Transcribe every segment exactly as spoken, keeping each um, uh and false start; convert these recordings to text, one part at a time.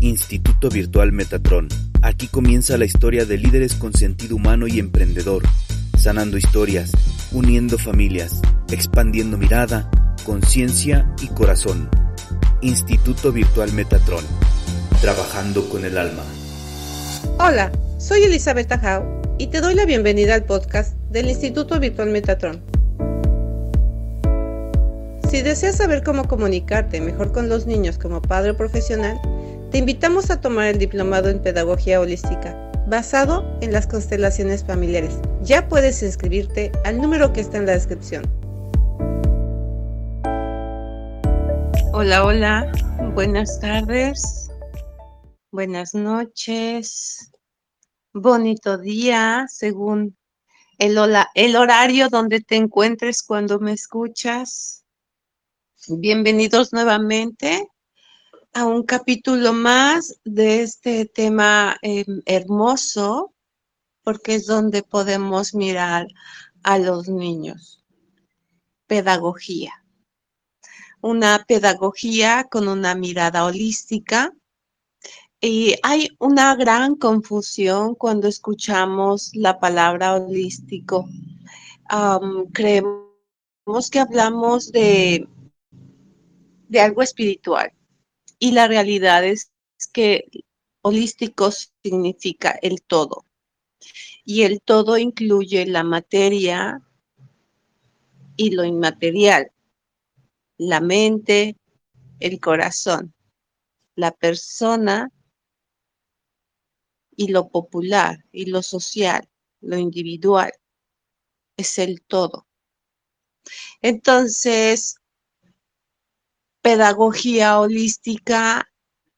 Instituto Virtual Metatron. Aquí comienza la historia de líderes con sentido humano y emprendedor, sanando historias, uniendo familias, expandiendo mirada, conciencia y corazón. Instituto Virtual Metatron, trabajando con el alma. Hola, soy Elizabeth Tajau y te doy la bienvenida al podcast del Instituto Virtual Metatron. Si deseas saber cómo comunicarte mejor con los niños como padre profesional, te invitamos a tomar el diplomado en Pedagogía Holística, basado en las constelaciones familiares. Ya puedes inscribirte al número que está en la descripción. Hola, hola, buenas tardes, buenas noches, bonito día, según el, hola, el horario donde te encuentres cuando me escuchas. Bienvenidos nuevamente a un capítulo más de este tema eh, hermoso, porque es donde podemos mirar a los niños. Pedagogía. Una pedagogía con una mirada holística. Y hay una gran confusión cuando escuchamos la palabra holístico. Um, creemos que hablamos de, de algo espiritual. Y la realidad es que holístico significa el todo. Y el todo incluye la materia y lo inmaterial, la mente, el corazón, la persona y lo popular y lo social, lo individual. Es el todo. Entonces, pedagogía holística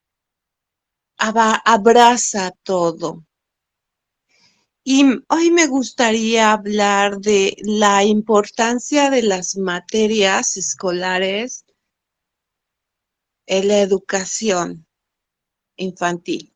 abraza todo. Y hoy me gustaría hablar de la importancia de las materias escolares en la educación infantil.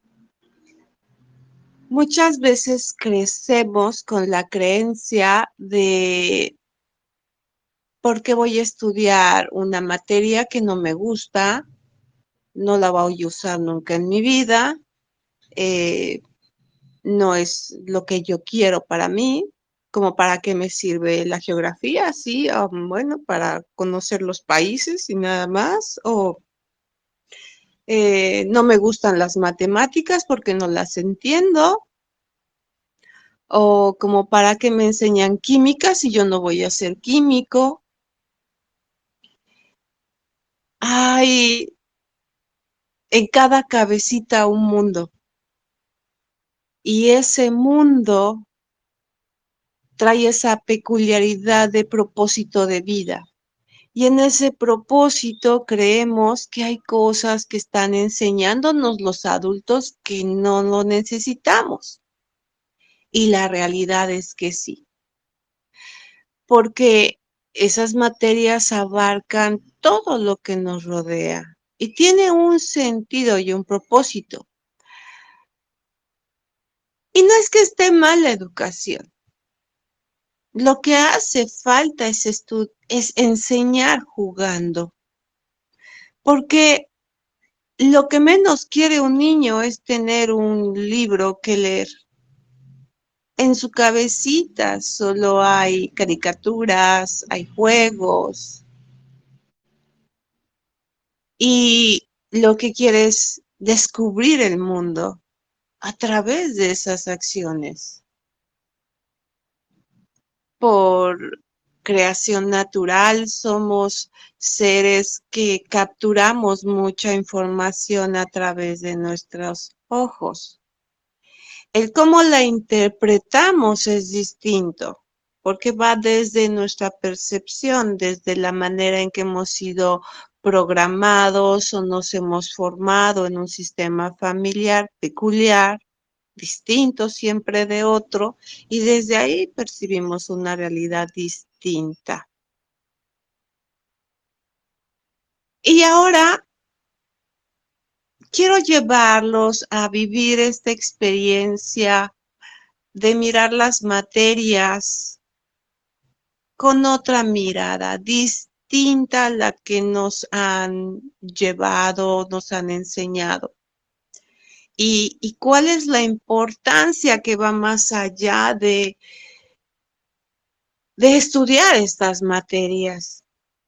Muchas veces crecemos con la creencia de ¿por qué voy a estudiar una materia que no me gusta? No la voy a usar nunca en mi vida. Eh, no es lo que yo quiero para mí. ¿Como para qué me sirve la geografía? Sí, um, bueno, para conocer los países y nada más. O eh, no me gustan las matemáticas porque no las entiendo. O como para qué me enseñan química si yo no voy a ser químico. Hay en cada cabecita un mundo. Y ese mundo trae esa peculiaridad de propósito de vida. Y en ese propósito creemos que hay cosas que están enseñándonos los adultos que no lo necesitamos. Y la realidad es que sí. Porque esas materias abarcan todo lo que nos rodea. Y tiene un sentido y un propósito. Y no es que esté mal la educación. Lo que hace falta es, estu- es enseñar jugando. Porque lo que menos quiere un niño es tener un libro que leer. En su cabecita solo hay caricaturas, hay juegos. Y lo que quiere es descubrir el mundo a través de esas acciones. Por creación natural somos seres que capturamos mucha información a través de nuestros ojos. El cómo la interpretamos es distinto, porque va desde nuestra percepción, desde la manera en que hemos sido programados o nos hemos formado en un sistema familiar peculiar, distinto siempre de otro, y desde ahí percibimos una realidad distinta. Y ahora quiero llevarlos a vivir esta experiencia de mirar las materias con otra mirada, distinta a la que nos han llevado, nos han enseñado. y, y cuál es la importancia que va más allá de, de estudiar estas materias.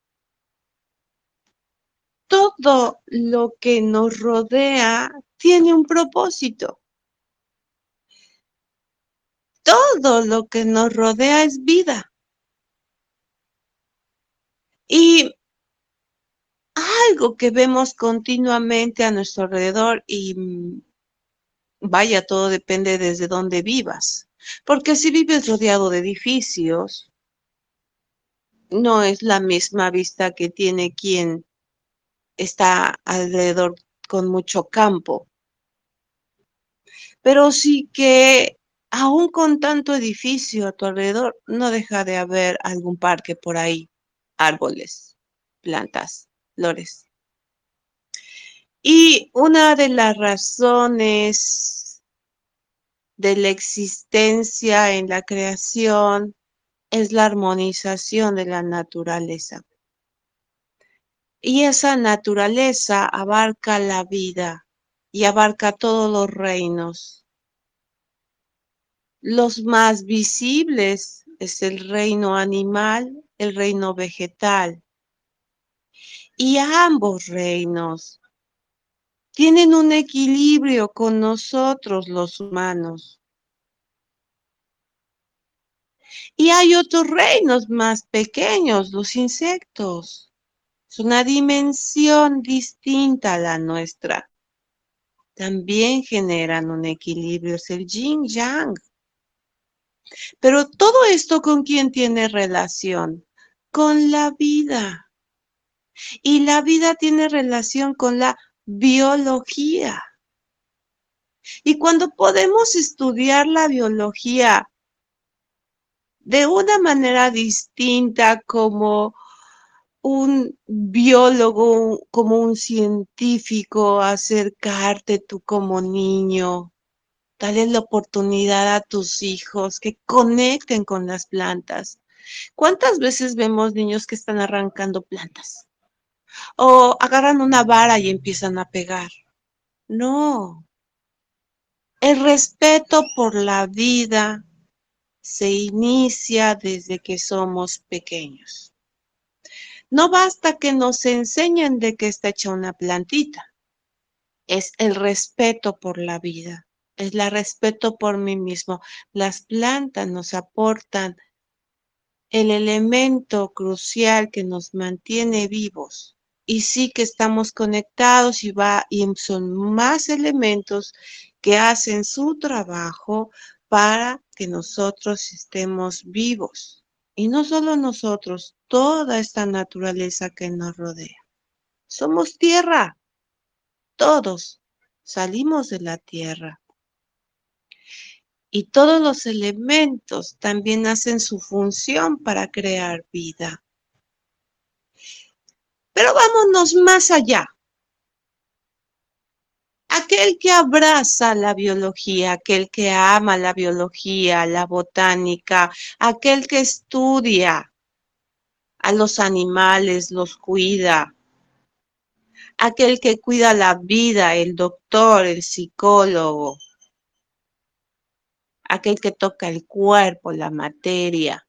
Todo lo que nos rodea tiene un propósito. Todo lo que nos rodea es vida. Y algo que vemos continuamente a nuestro alrededor y mm, vaya, todo depende desde dónde vivas. Porque si vives rodeado de edificios, no es la misma vista que tiene quien está alrededor con mucho campo. Pero sí que aún con tanto edificio a tu alrededor, no deja de haber algún parque por ahí, árboles, plantas, flores. Y una de las razones de la existencia en la creación es la armonización de la naturaleza. Y esa naturaleza abarca la vida y abarca todos los reinos. Los más visibles es el reino animal, el reino vegetal. Y ambos reinos tienen un equilibrio con nosotros los humanos. Y hay otros reinos más pequeños, los insectos. Es una dimensión distinta a la nuestra. También generan un equilibrio, es el yin yang. Pero todo esto, ¿con quién tiene relación? Con la vida. Y la vida tiene relación con la biología. Y cuando podemos estudiar la biología de una manera distinta, como un biólogo, como un científico, acercarte tú como niño, darle la oportunidad a tus hijos que conecten con las plantas. ¿Cuántas veces vemos niños que están arrancando plantas? O agarran una vara y empiezan a pegar. No. El respeto por la vida se inicia desde que somos pequeños. No basta que nos enseñen de qué está hecha una plantita. Es el respeto por la vida. Es el respeto por mí mismo. Las plantas nos aportan el elemento crucial que nos mantiene vivos. Y sí que estamos conectados y va, y son más elementos que hacen su trabajo para que nosotros estemos vivos. Y no solo nosotros, toda esta naturaleza que nos rodea. Somos tierra, todos salimos de la tierra. Y todos los elementos también hacen su función para crear vida. Pero vámonos más allá. Aquel que abraza la biología, aquel que ama la biología, la botánica, aquel que estudia a los animales, los cuida, aquel que cuida la vida, el doctor, el psicólogo, aquel que toca el cuerpo, la materia,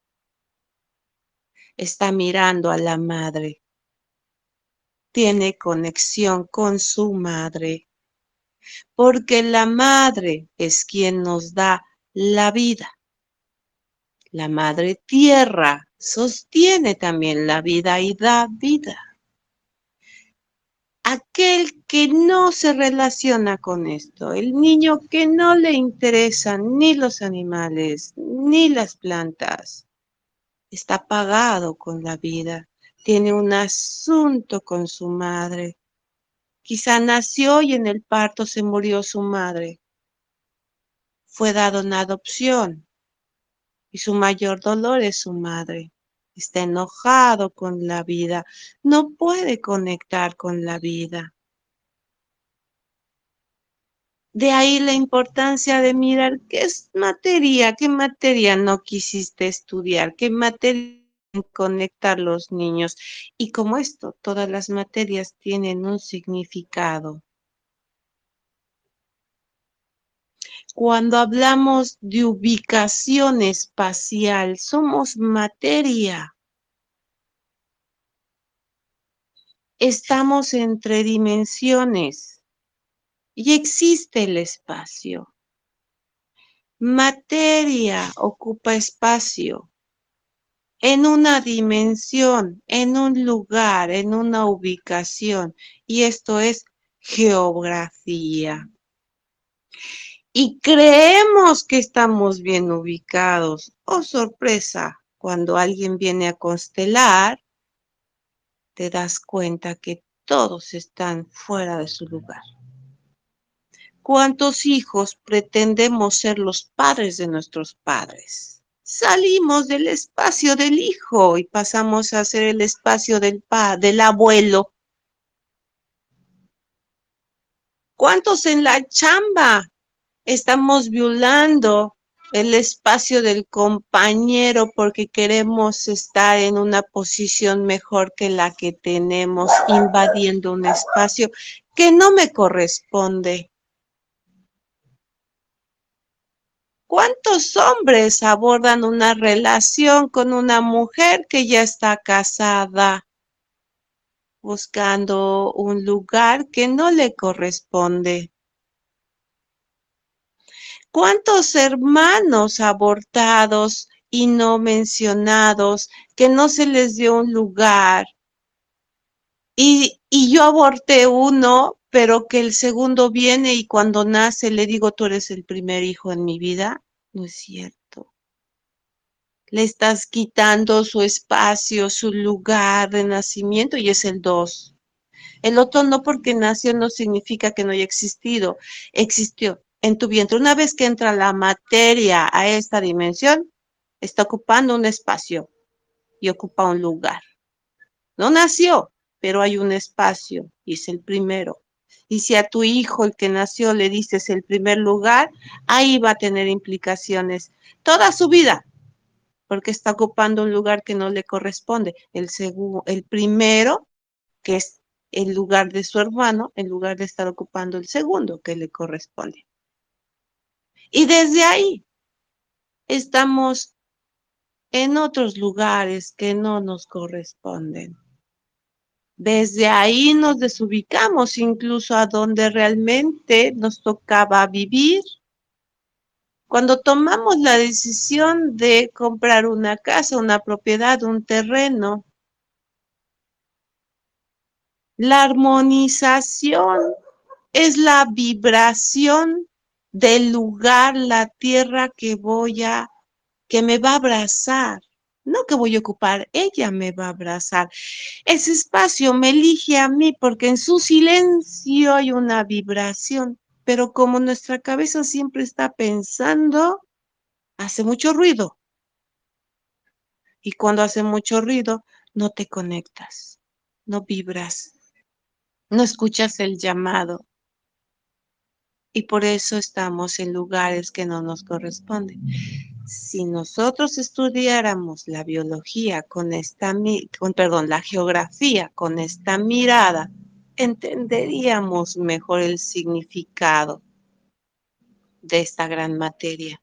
está mirando a la madre, tiene conexión con su madre, porque la madre es quien nos da la vida. La madre tierra sostiene también la vida y da vida. Aquel que no se relaciona con esto, el niño que no le interesan ni los animales ni las plantas, está apagado con la vida, tiene un asunto con su madre. Quizá nació y en el parto se murió su madre. Fue dado en adopción y su mayor dolor es su madre. Está enojado con la vida, no puede conectar con la vida. De ahí la importancia de mirar qué es materia, qué materia no quisiste estudiar, qué materia conectar los niños. Y como esto, todas las materias tienen un significado. Cuando hablamos de ubicación espacial, somos materia. Estamos entre dimensiones y existe el espacio. Materia ocupa espacio en una dimensión, en un lugar, en una ubicación, y esto es geografía. Y creemos que estamos bien ubicados. Oh, sorpresa, cuando alguien viene a constelar, te das cuenta que todos están fuera de su lugar. ¿Cuántos hijos pretendemos ser los padres de nuestros padres? Salimos del espacio del hijo y pasamos a ser el espacio del pa, del abuelo. ¿Cuántos en la chamba estamos violando el espacio del compañero porque queremos estar en una posición mejor que la que tenemos, invadiendo un espacio que no me corresponde? ¿Cuántos hombres abordan una relación con una mujer que ya está casada, buscando un lugar que no le corresponde? ¿Cuántos hermanos abortados y no mencionados que no se les dio un lugar? Y, y yo aborté uno, pero que el segundo viene y cuando nace le digo, tú eres el primer hijo en mi vida. No es cierto. Le estás quitando su espacio, su lugar de nacimiento y es el dos. El otro no, porque nació no significa que no haya existido. Existió en tu vientre. Una vez que entra la materia a esta dimensión, está ocupando un espacio y ocupa un lugar. No nació, pero hay un espacio y es el primero. Y si a tu hijo, el que nació, le dices el primer lugar, ahí va a tener implicaciones toda su vida, porque está ocupando un lugar que no le corresponde. El segundo, el primero, que es el lugar de su hermano, en lugar de estar ocupando el segundo que le corresponde. Y desde ahí estamos en otros lugares que no nos corresponden. Desde ahí nos desubicamos incluso a donde realmente nos tocaba vivir. Cuando tomamos la decisión de comprar una casa, una propiedad, un terreno, la armonización es la vibración del lugar, la tierra que voy a, que me va a abrazar, no que voy a ocupar, ella me va a abrazar. Ese espacio me elige a mí porque en su silencio hay una vibración, pero como nuestra cabeza siempre está pensando, hace mucho ruido. Y cuando hace mucho ruido, no te conectas, no vibras, no escuchas el llamado. Y por eso estamos en lugares que no nos corresponden. Si nosotros estudiáramos la biología con esta, con, perdón, la geografía con esta mirada, entenderíamos mejor el significado de esta gran materia.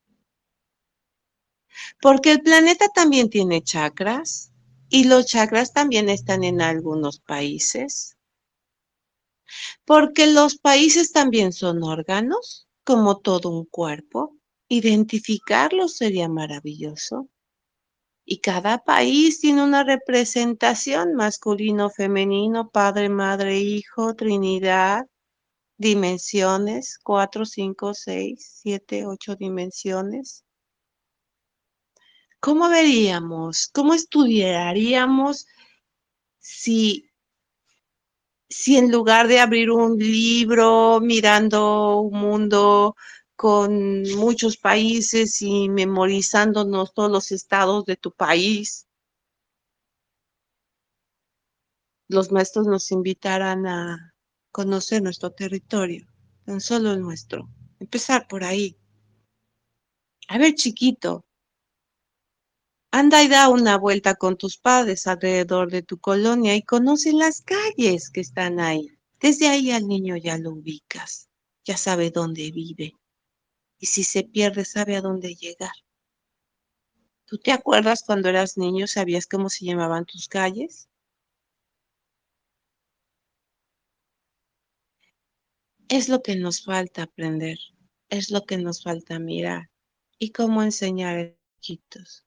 Porque el planeta también tiene chakras y los chakras también están en algunos países. Porque los países también son órganos, como todo un cuerpo. Identificarlos sería maravilloso. Y cada país tiene una representación masculino, femenino, padre, madre, hijo, trinidad, dimensiones, cuatro, cinco, seis, siete, ocho dimensiones. ¿Cómo veríamos, cómo estudiaríamos si si en lugar de abrir un libro mirando un mundo con muchos países y memorizándonos todos los estados de tu país, los maestros nos invitaran a conocer nuestro territorio, tan solo el nuestro? Empezar por ahí. A ver, chiquito, anda y da una vuelta con tus padres alrededor de tu colonia y conoce las calles que están ahí. Desde ahí al niño ya lo ubicas, ya sabe dónde vive. Y si se pierde, sabe a dónde llegar. ¿Tú te acuerdas cuando eras niño, sabías cómo se llamaban tus calles? Es lo que nos falta aprender, es lo que nos falta mirar. ¿Y cómo enseñar a los chiquitos?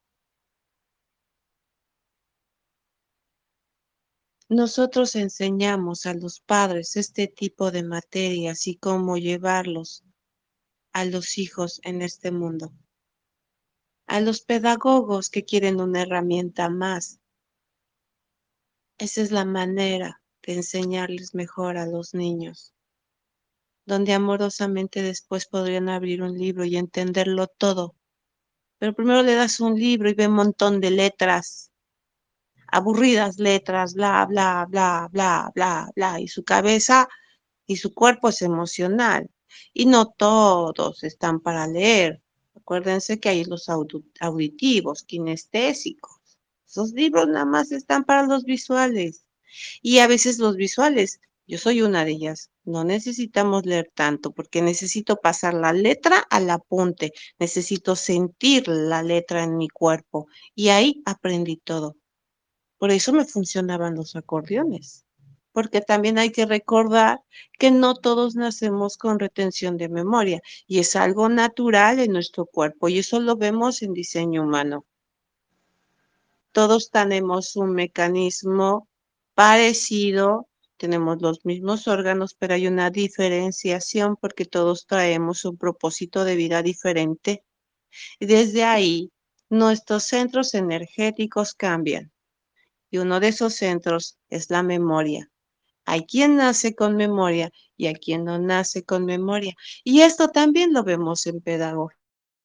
Nosotros enseñamos a los padres este tipo de materias y cómo llevarlos a los hijos en este mundo. A los pedagogos que quieren una herramienta más. Esa es la manera de enseñarles mejor a los niños, donde amorosamente después podrían abrir un libro y entenderlo todo. Pero primero le das un libro y ve un montón de letras, aburridas letras, bla, bla, bla, bla, bla, bla, y su cabeza y su cuerpo es emocional. Y no todos están para leer. Acuérdense que hay los auditivos, kinestésicos. Esos libros nada más están para los visuales. Y a veces los visuales, yo soy una de ellas, no necesitamos leer tanto porque necesito pasar la letra al apunte, necesito sentir la letra en mi cuerpo y ahí aprendí todo. Por eso me funcionaban los acordeones, porque también hay que recordar que no todos nacemos con retención de memoria y es algo natural en nuestro cuerpo y eso lo vemos en diseño humano. Todos tenemos un mecanismo parecido, tenemos los mismos órganos, pero hay una diferenciación porque todos traemos un propósito de vida diferente. Y desde ahí, nuestros centros energéticos cambian. Y uno de esos centros es la memoria. Hay quien nace con memoria y hay quien no nace con memoria. Y esto también lo vemos en pedagogía.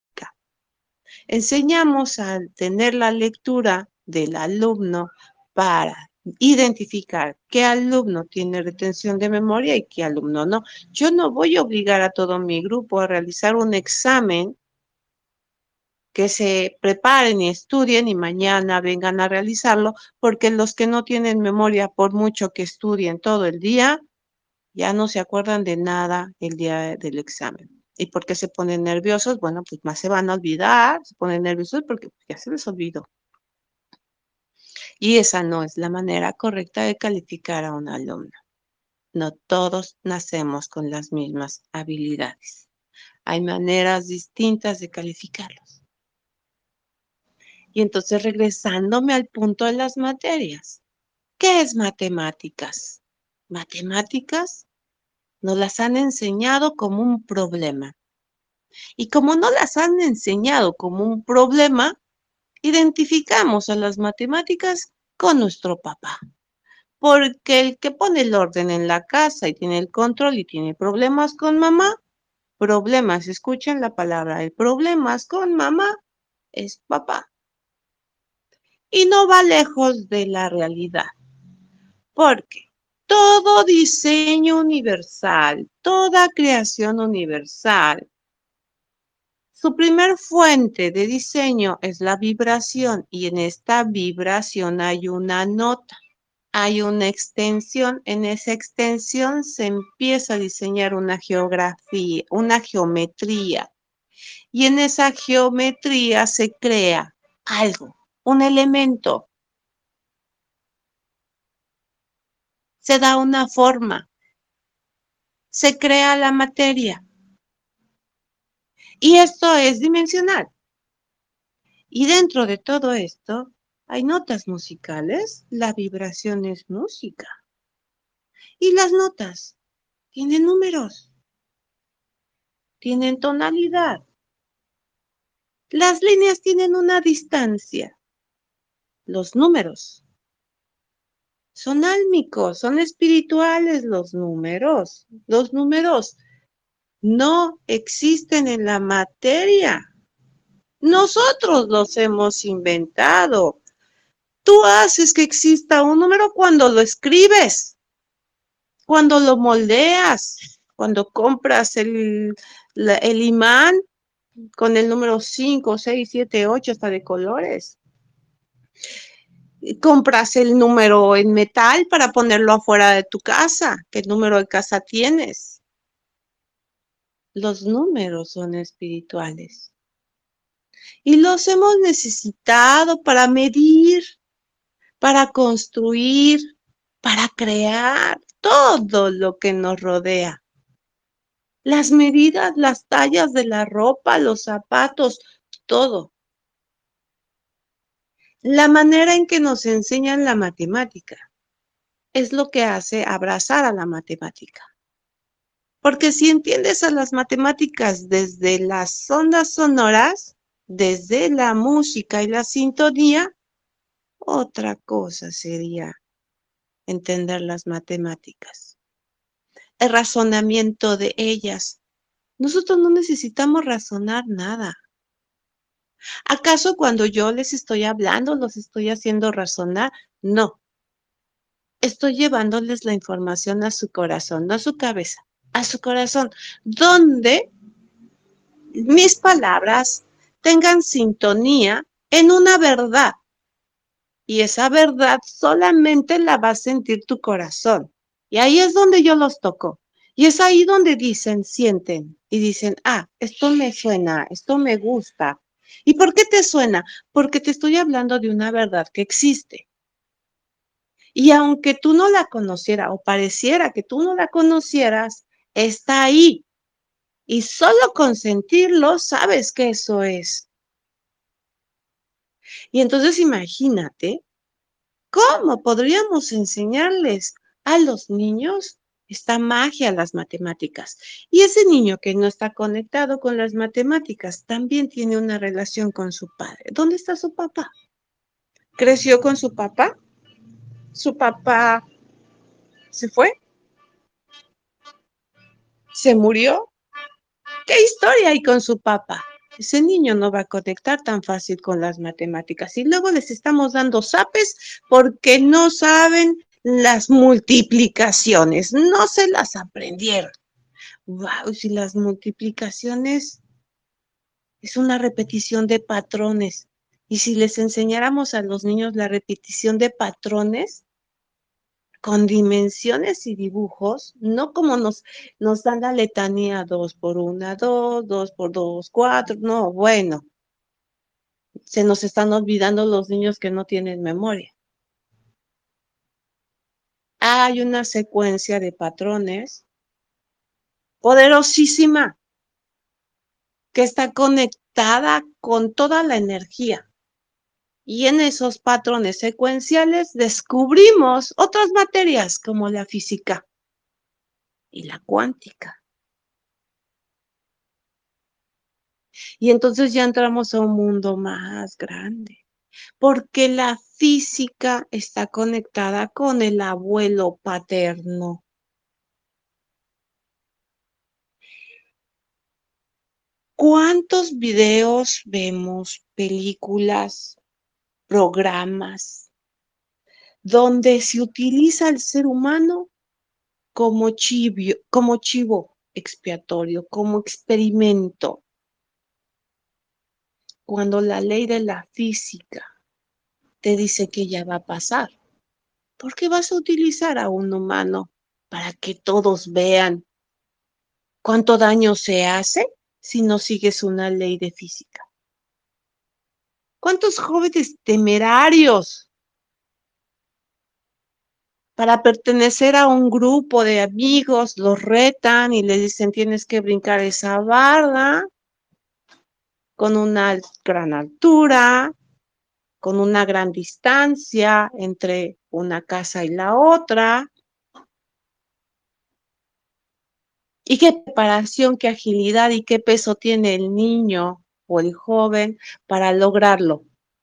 Enseñamos a tener la lectura del alumno para identificar qué alumno tiene retención de memoria y qué alumno no. Yo no voy a obligar a todo mi grupo a realizar un examen que se preparen y estudien y mañana vengan a realizarlo, porque los que no tienen memoria, por mucho que estudien todo el día, ya no se acuerdan de nada el día del examen. ¿Y por qué se ponen nerviosos? Bueno, pues más se van a olvidar, se ponen nerviosos porque ya se les olvidó. Y esa no es la manera correcta de calificar a un alumno. No todos nacemos con las mismas habilidades. Hay maneras distintas de calificarlos. Y entonces regresándome al punto de las materias. ¿Qué es matemáticas? Matemáticas nos las han enseñado como un problema. Y como no las han enseñado como un problema, identificamos a las matemáticas con nuestro papá. Porque el que pone el orden en la casa y tiene el control y tiene problemas con mamá, problemas, escuchen la palabra, el problemas con mamá es papá. Y no va lejos de la realidad. Porque todo diseño universal, toda creación universal, su primer fuente de diseño es la vibración y en esta vibración hay una nota, hay una extensión. En esa extensión se empieza a diseñar una geografía, una geometría y en esa geometría se crea algo, un elemento. Se da una forma, se crea la materia. Y esto es dimensional. Y dentro de todo esto hay notas musicales, la vibración es música. Y las notas tienen números, tienen tonalidad. Las líneas tienen una distancia. Los números son álmicos, son espirituales los números. Los números no existen en la materia. Nosotros los hemos inventado. Tú haces que exista un número cuando lo escribes, cuando lo moldeas, cuando compras el, la, el imán con el número cinco, seis, siete, ocho, hasta de colores. Compras el número en metal para ponerlo afuera de tu casa. ¿Qué número de casa tienes? los números son espirituales. Y los hemos necesitado para medir, para construir, para crear todo lo que nos rodea. Las medidas, las tallas de la ropa, los zapatos, todo. La manera en que nos enseñan la matemática es lo que hace abrazar a la matemática. Porque si entiendes a las matemáticas desde las ondas sonoras, desde la música y la sintonía, otra cosa sería entender las matemáticas. El razonamiento de ellas. Nosotros no necesitamos razonar nada. ¿Acaso cuando yo les estoy hablando, los estoy haciendo razonar? No. Estoy llevándoles la información a su corazón, no a su cabeza, a su corazón, donde mis palabras tengan sintonía en una verdad. Y esa verdad solamente la va a sentir tu corazón. Y ahí es donde yo los toco. Y es ahí donde dicen, sienten y dicen, ah, esto me suena, esto me gusta. ¿Y por qué te suena? Porque te estoy hablando de una verdad que existe. Y aunque tú no la conocieras o pareciera que tú no la conocieras, está ahí. Y solo con sentirlo sabes que eso es. Y entonces imagínate cómo podríamos enseñarles a los niños esta magia a las matemáticas. Y ese niño que no está conectado con las matemáticas también tiene una relación con su padre. ¿Dónde está su papá? ¿Creció con su papá? ¿Su papá se fue? ¿Se murió? ¿Qué historia hay con su papá? Ese niño no va a conectar tan fácil con las matemáticas. Y luego les estamos dando zapes porque no saben las multiplicaciones. No se las aprendieron. Wow, si las multiplicaciones es una repetición de patrones. Y si les enseñáramos a los niños la repetición de patrones, con dimensiones y dibujos, no como nos, nos dan la letanía dos por una, dos, dos por dos, cuatro, no, bueno, se nos están olvidando los niños que no tienen memoria. Hay una secuencia de patrones poderosísima que está conectada con toda la energía. Y en esos patrones secuenciales descubrimos otras materias como la física y la cuántica. Y entonces ya entramos a un mundo más grande, porque la física está conectada con el abuelo paterno. ¿Cuántos videos vemos, películas, programas, donde se utiliza al ser humano como chivo, como chivo expiatorio, como experimento? Cuando la ley de la física te dice que ya va a pasar, ¿por qué vas a utilizar a un humano para que todos vean cuánto daño se hace si no sigues una ley de física? ¿Cuántos jóvenes temerarios para pertenecer a un grupo de amigos los retan y les dicen tienes que brincar esa barda con una gran altura, con una gran distancia entre una casa y la otra? ¿Y qué preparación, qué agilidad y qué peso tiene el niño o el joven para lograrlo?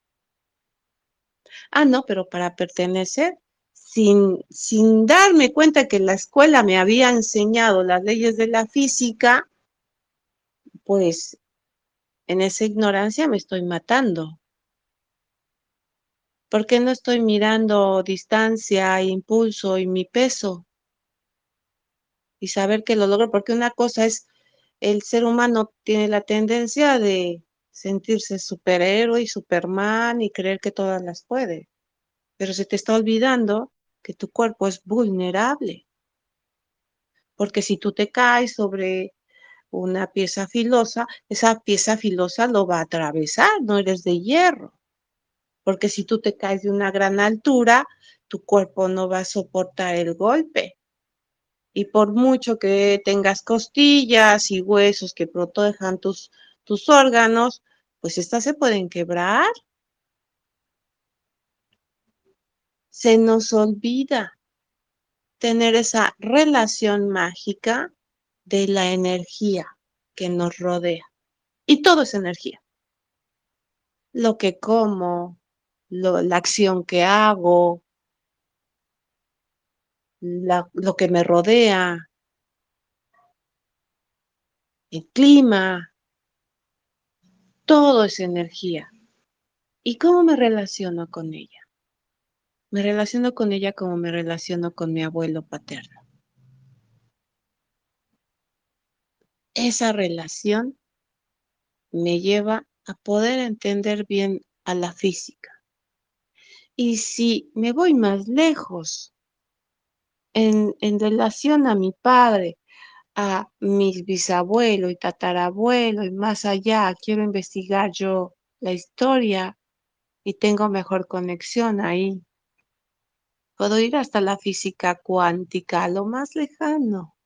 Ah, no, pero para pertenecer, sin, sin darme cuenta que la escuela me había enseñado las leyes de la física, pues en esa ignorancia me estoy matando. ¿Por qué no estoy mirando distancia, impulso y mi peso? Y saber que lo logro, porque una cosa es, el ser humano tiene la tendencia de sentirse superhéroe y Superman y creer que todas las puede. Pero se te está olvidando que tu cuerpo es vulnerable. Porque si tú te caes sobre una pieza filosa, esa pieza filosa lo va a atravesar, no eres de hierro. Porque si tú te caes de una gran altura, tu cuerpo no va a soportar el golpe. Y por mucho que tengas costillas y huesos que protejan tus, tus órganos, pues estas se pueden quebrar. Se nos olvida tener esa relación mágica de la energía que nos rodea. Y todo es energía. Lo que como, lo, la acción que hago, la, lo que me rodea, el clima, todo es energía. ¿Y cómo me relaciono con ella? Me relaciono con ella como me relaciono con mi abuelo paterno. Esa relación me lleva a poder entender bien a la física. Y si me voy más lejos en, en relación a mi padre, a mis bisabuelos y tatarabuelos y más allá, quiero investigar yo la historia y tengo mejor conexión ahí. Puedo ir hasta la física cuántica, lo más lejano,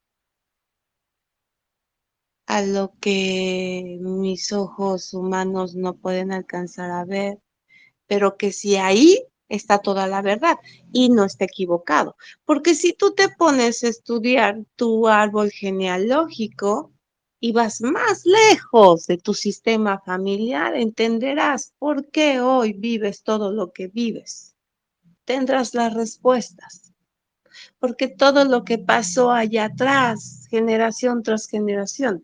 a lo que mis ojos humanos no pueden alcanzar a ver, pero que si ahí está toda la verdad y no está equivocado. Porque si tú te pones a estudiar tu árbol genealógico y vas más lejos de tu sistema familiar, entenderás por qué hoy vives todo lo que vives. Tendrás las respuestas. Porque todo lo que pasó allá atrás, generación tras generación,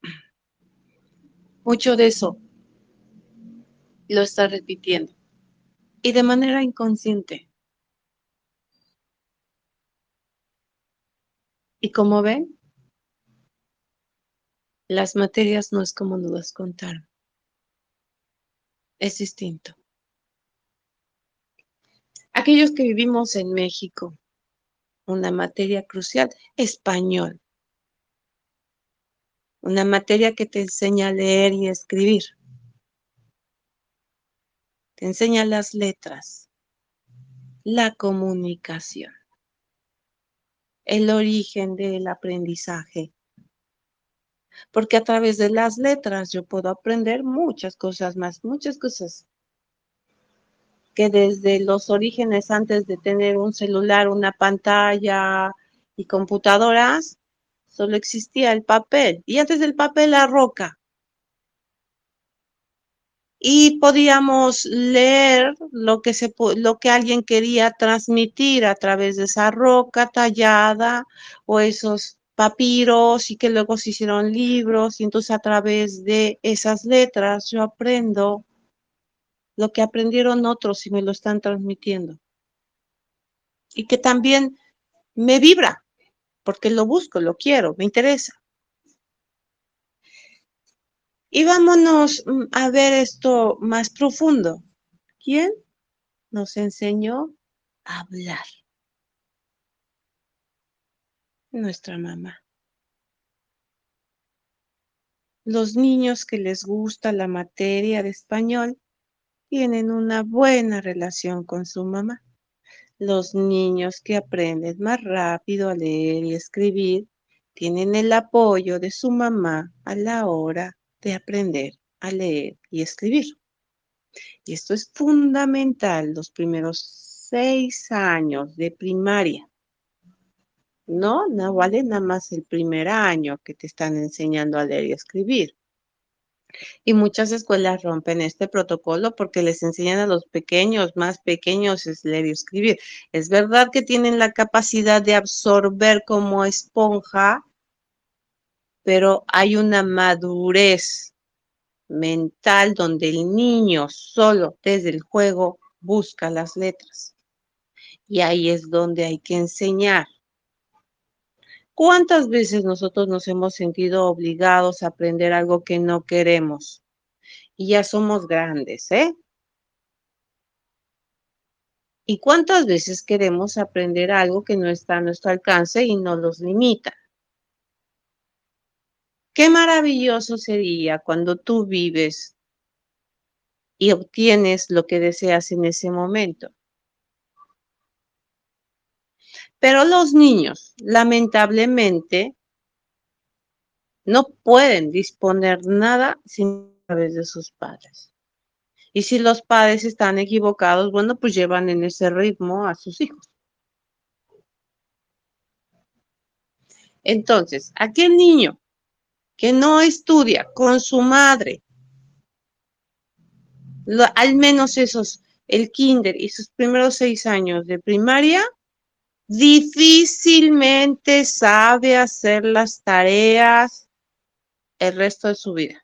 mucho de eso lo está repitiendo. Y de manera inconsciente. Y como ven, las materias no es como nos las contaron. Es distinto. Aquellos que vivimos en México, una materia crucial, español. Una materia que te enseña a leer y escribir. Te enseña las letras, la comunicación, el origen del aprendizaje. Porque a través de las letras yo puedo aprender muchas cosas más, muchas cosas que desde los orígenes antes de tener un celular, una pantalla y computadoras, solo existía el papel. Y antes del papel, la roca. Y podíamos leer lo que, se, lo que alguien quería transmitir a través de esa roca tallada o esos papiros y que luego se hicieron libros. Y entonces a través de esas letras yo aprendo lo que aprendieron otros y me lo están transmitiendo. Y que también me vibra, porque lo busco, lo quiero, me interesa. Y vámonos a ver esto más profundo. ¿Quién nos enseñó a hablar? Nuestra mamá. Los niños que les gusta la materia de español tienen una buena relación con su mamá. Los niños que aprenden más rápido a leer y escribir tienen el apoyo de su mamá a la hora de aprender a leer y escribir. Y esto es fundamental los primeros seis años de primaria. No, no vale nada más el primer año que te están enseñando a leer y escribir. Y muchas escuelas rompen este protocolo porque les enseñan a los pequeños, más pequeños, es leer y escribir. Es verdad que tienen la capacidad de absorber como esponja, pero hay una madurez mental donde el niño solo desde el juego busca las letras. Y ahí es donde hay que enseñar. ¿Cuántas veces nosotros nos hemos sentido obligados a aprender algo que no queremos? Y ya somos grandes, ¿eh? ¿Y cuántas veces queremos aprender algo que no está a nuestro alcance y nos los limita? Qué maravilloso sería cuando tú vives y obtienes lo que deseas en ese momento. Pero los niños, lamentablemente, no pueden disponer nada sin a través de sus padres. Y si los padres están equivocados, bueno, pues llevan en ese ritmo a sus hijos. Entonces, aquel niño que no estudia con su madre, lo, al menos esos, el kinder y sus primeros seis años de primaria, difícilmente sabe hacer las tareas el resto de su vida.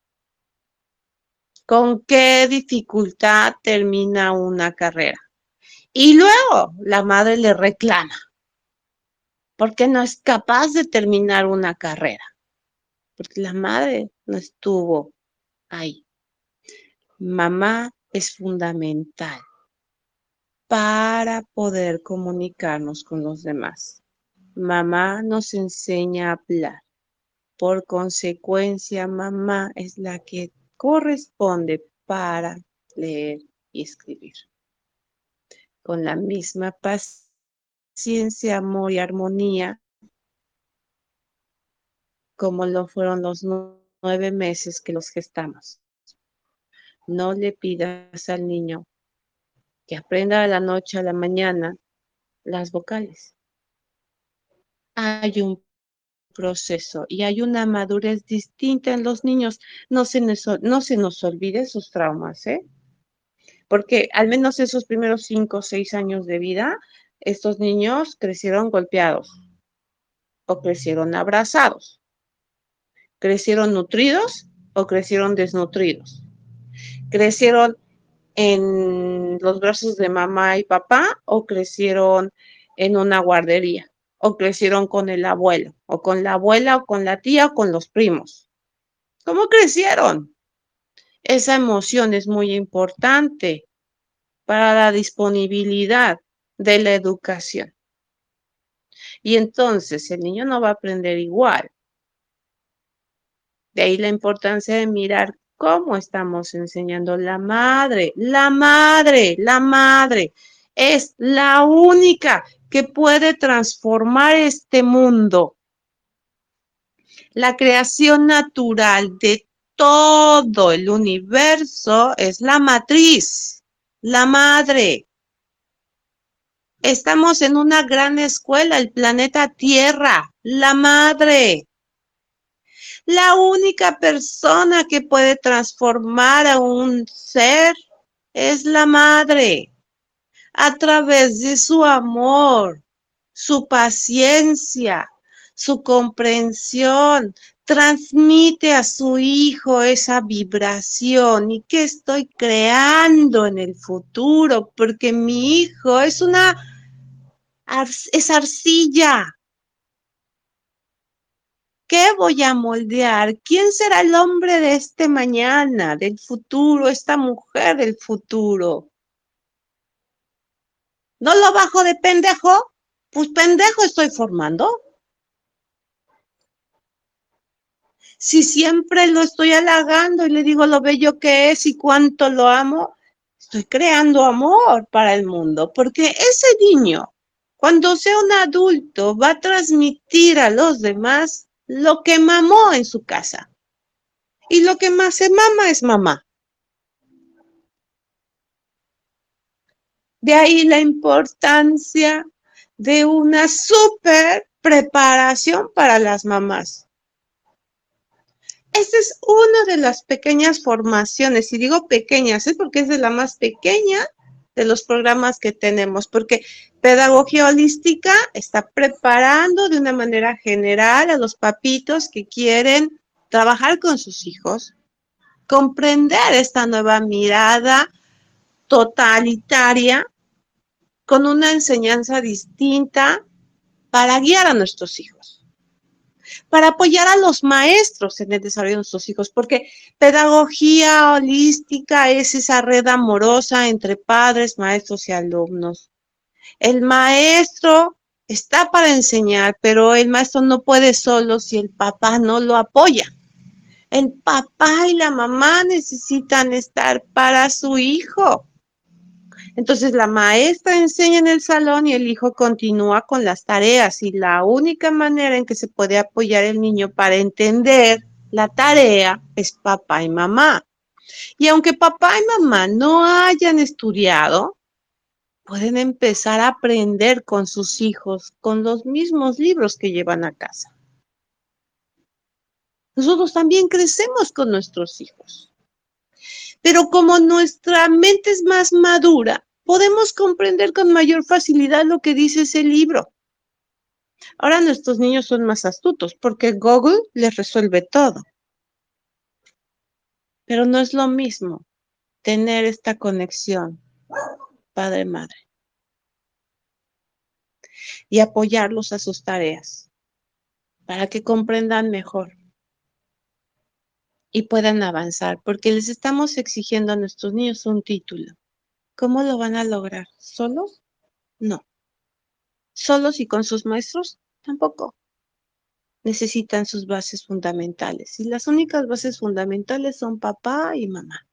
¿Con qué dificultad termina una carrera? Y luego la madre le reclama porque no es capaz de terminar una carrera, porque la madre no estuvo ahí. Mamá es fundamental para poder comunicarnos con los demás. Mamá nos enseña a hablar. Por consecuencia, mamá es la que corresponde para leer y escribir. Con la misma paciencia, amor y armonía, como lo fueron los nueve meses que los gestamos. No le pidas al niño que aprenda de la noche a la mañana las vocales. Hay un proceso y hay una madurez distinta en los niños. No se nos, no se nos olvide sus traumas, ¿eh? Porque al menos esos primeros cinco o seis años de vida, estos niños crecieron golpeados o crecieron abrazados, crecieron nutridos o crecieron desnutridos, crecieron en los brazos de mamá y papá o crecieron en una guardería o crecieron con el abuelo o con la abuela o con la tía o con los primos. ¿Cómo crecieron? Esa emoción es muy importante para la disponibilidad de la educación. Y entonces el niño no va a aprender igual. De ahí la importancia de mirar cómo estamos enseñando. La madre, la madre, la madre es la única que puede transformar este mundo. La creación natural de todo el universo es la matriz, la madre. Estamos en una gran escuela, el planeta Tierra, la madre. La única persona que puede transformar a un ser es la madre, a través de su amor, su paciencia, su comprensión. Transmite a su hijo esa vibración. ¿Y qué estoy creando en el futuro? Porque mi hijo es una, es arcilla. ¿Qué voy a moldear? ¿Quién será el hombre de este mañana, del futuro, esta mujer del futuro? ¿No lo bajo de pendejo? Pues pendejo estoy formando. Si siempre lo estoy halagando y le digo lo bello que es y cuánto lo amo, estoy creando amor para el mundo, porque ese niño, cuando sea un adulto, va a transmitir a los demás lo que mamó en su casa. Y lo que más se mama es mamá. De ahí la importancia de una súper preparación para las mamás. Esta es una de las pequeñas formaciones, y digo pequeñas, es porque es de la más pequeña de los programas que tenemos, porque Pedagogía Holística está preparando de una manera general a los papitos que quieren trabajar con sus hijos, comprender esta nueva mirada totalitaria con una enseñanza distinta para guiar a nuestros hijos, para apoyar a los maestros en el desarrollo de nuestros hijos, porque pedagogía holística es esa red amorosa entre padres, maestros y alumnos. El maestro está para enseñar, pero el maestro no puede solo si el papá no lo apoya. El papá y la mamá necesitan estar para su hijo. Entonces la maestra enseña en el salón y el hijo continúa con las tareas, y la única manera en que se puede apoyar el niño para entender la tarea es papá y mamá. Y aunque papá y mamá no hayan estudiado, pueden empezar a aprender con sus hijos con los mismos libros que llevan a casa. Nosotros también crecemos con nuestros hijos. Pero como nuestra mente es más madura, podemos comprender con mayor facilidad lo que dice ese libro. Ahora nuestros niños son más astutos porque Google les resuelve todo. Pero no es lo mismo tener esta conexión padre-madre y apoyarlos a sus tareas para que comprendan mejor y puedan avanzar, porque les estamos exigiendo a nuestros niños un título. ¿Cómo lo van a lograr? ¿Solos? No. ¿Solos y con sus maestros? Tampoco. Necesitan sus bases fundamentales, y las únicas bases fundamentales son papá y mamá.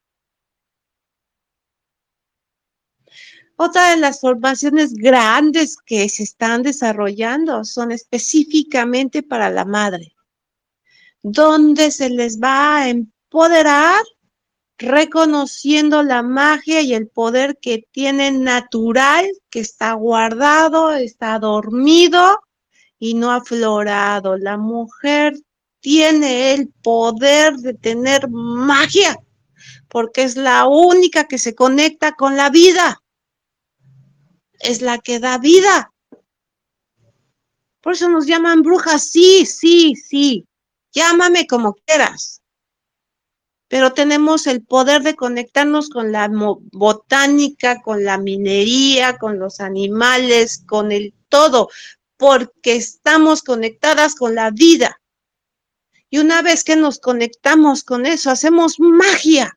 Otra de las formaciones grandes que se están desarrollando son específicamente para la madre, donde se les va a empoderar reconociendo la magia y el poder que tiene natural, que está guardado, está dormido y no aflorado. La mujer tiene el poder de tener magia, porque es la única que se conecta con la vida. Es la que da vida. Por eso nos llaman brujas. Sí, sí, sí. Llámame como quieras. Pero tenemos el poder de conectarnos con la botánica, con la minería, con los animales, con el todo, porque estamos conectadas con la vida. Y una vez que nos conectamos con eso, hacemos magia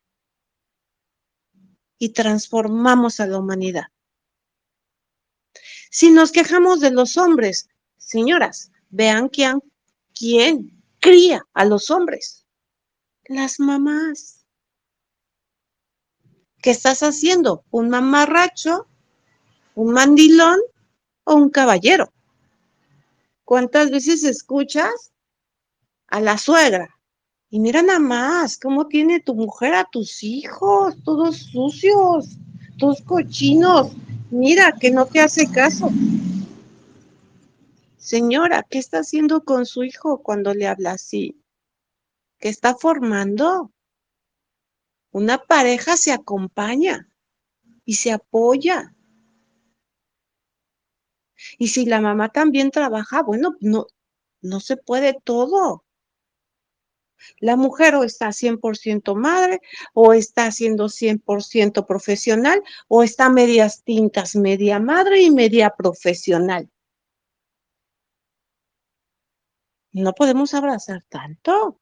y transformamos a la humanidad. Si nos quejamos de los hombres, señoras, vean quién, quién cría a los hombres. Las mamás. ¿Qué estás haciendo? ¿Un mamarracho? ¿Un mandilón? ¿O un caballero? ¿Cuántas veces escuchas a la suegra? Y mira nada más cómo tiene tu mujer a tus hijos, todos sucios, todos cochinos. Mira que no te hace caso. Señora, ¿qué está haciendo con su hijo cuando le habla así? ¿Qué está formando? Una pareja se acompaña y se apoya. Y si la mamá también trabaja, bueno, no, no se puede todo. La mujer o está cien por ciento madre, o está siendo cien por ciento profesional, o está medias tintas, media madre y media profesional. No podemos abrazar tanto.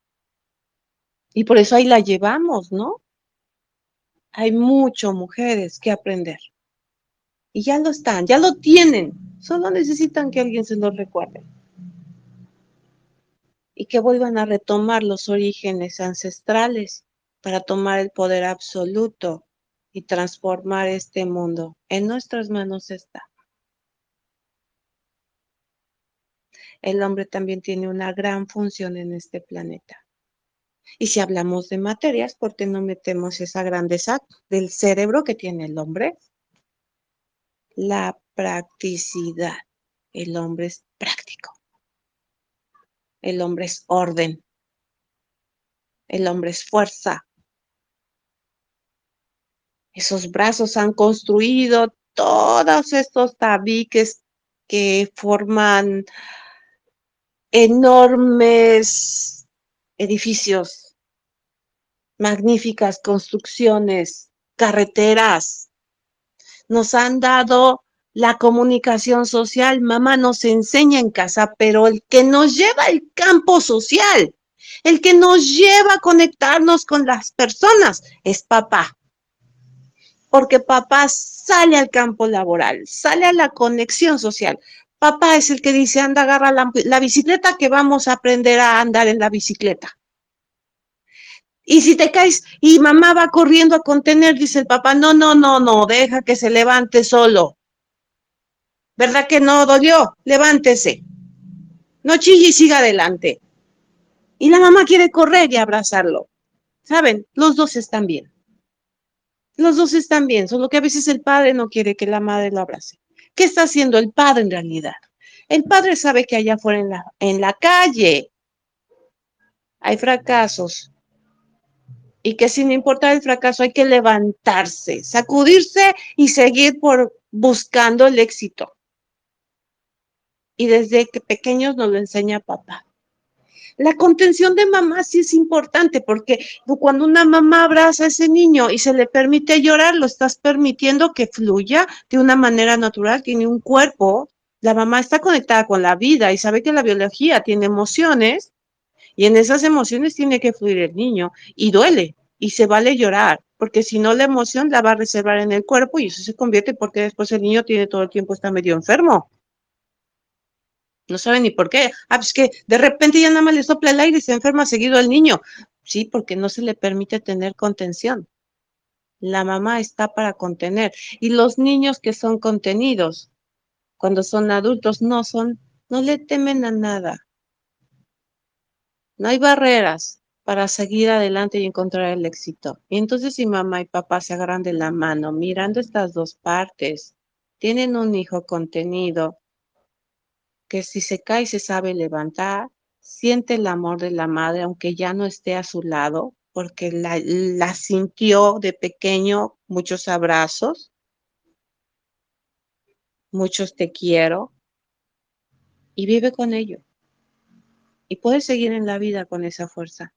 Y por eso ahí la llevamos, ¿no? Hay mucho mujeres que aprender. Y ya lo están, ya lo tienen. Solo necesitan que alguien se lo recuerde. Y que vuelvan a retomar los orígenes ancestrales para tomar el poder absoluto y transformar este mundo. En nuestras manos está. El hombre también tiene una gran función en este planeta. Y si hablamos de materias, ¿por qué no metemos esa grandeza del cerebro que tiene el hombre? La practicidad. El hombre es práctico. El hombre es orden. El hombre es fuerza. Esos brazos han construido todos estos tabiques que forman enormes edificios, magníficas construcciones, carreteras. Nos han dado la comunicación social. Mamá nos enseña en casa, pero el que nos lleva al campo social, el que nos lleva a conectarnos con las personas, es papá. porque papá sale al campo laboral, sale a la conexión social. Papá es el que dice, anda, agarra la, la bicicleta que vamos a aprender a andar en la bicicleta. Y si te caes y mamá va corriendo a contener, dice el papá, no, no, no, no, deja que se levante solo. ¿Verdad que no dolió? Levántese. No chille y siga adelante. Y la mamá quiere correr y abrazarlo. ¿Saben? Los dos están bien. Los dos están bien, solo que a veces el padre no quiere que la madre lo abrace. ¿Qué está haciendo el padre en realidad? El padre sabe que allá afuera en la, en la calle hay fracasos y que sin importar el fracaso hay que levantarse, sacudirse y seguir por buscando el éxito. Y desde que pequeños nos lo enseña papá. La contención de mamá sí es importante porque cuando una mamá abraza a ese niño y se le permite llorar, lo estás permitiendo que fluya de una manera natural, tiene un cuerpo, la mamá está conectada con la vida y sabe que la biología tiene emociones y en esas emociones tiene que fluir el niño y duele y se vale llorar porque si no la emoción la va a reservar en el cuerpo y eso se convierte porque después el niño tiene todo el tiempo, está medio enfermo. No sabe ni por qué. Ah, pues que de repente ya nada más le sopla el aire y se enferma seguido el niño. Sí, porque no se le permite tener contención. La mamá está para contener. Y los niños que son contenidos, cuando son adultos, no son, no le temen a nada. No hay barreras para seguir adelante y encontrar el éxito. Y entonces si mamá y papá se agarran de la mano, mirando estas dos partes, tienen un hijo contenido, que si se cae se sabe levantar, siente el amor de la madre, aunque ya no esté a su lado, porque la, la sintió de pequeño, muchos abrazos, muchos te quiero, y vive con ello. Y puede seguir en la vida con esa fuerza.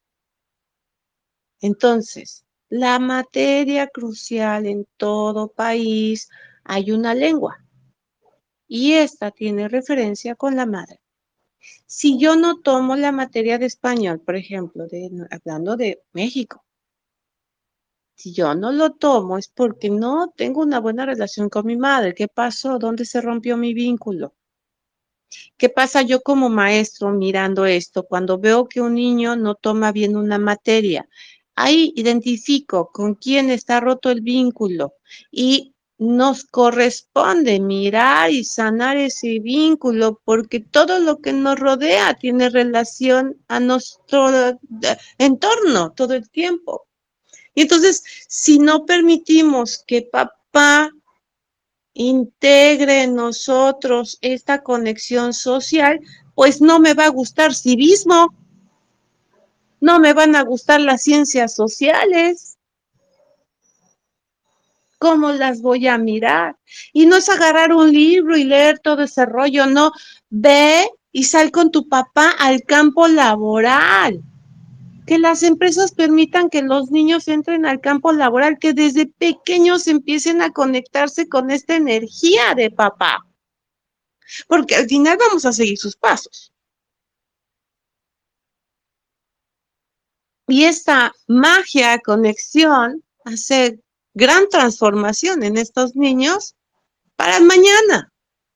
Entonces, la materia crucial en todo país, hay una lengua, y esta tiene referencia con la madre. Si yo no tomo la materia de español, por ejemplo, de, hablando de México, si yo no lo tomo es porque no tengo una buena relación con mi madre. ¿Qué pasó? ¿Dónde se rompió mi vínculo? ¿Qué pasa yo como maestro mirando esto cuando veo que un niño no toma bien una materia? Ahí identifico con quién está roto el vínculo y nos corresponde mirar y sanar ese vínculo porque todo lo que nos rodea tiene relación a nuestro entorno todo el tiempo. Y entonces, si no permitimos que papá integre en nosotros esta conexión social, pues no me va a gustar civismo, no me van a gustar las ciencias sociales. ¿Cómo las voy a mirar? Y no es agarrar un libro y leer todo ese rollo, no. Ve y sal con tu papá al campo laboral. Que las empresas permitan que los niños entren al campo laboral, que desde pequeños empiecen a conectarse con esta energía de papá. Porque al final vamos a seguir sus pasos. Y esta magia, conexión, hace gran transformación en estos niños para el mañana.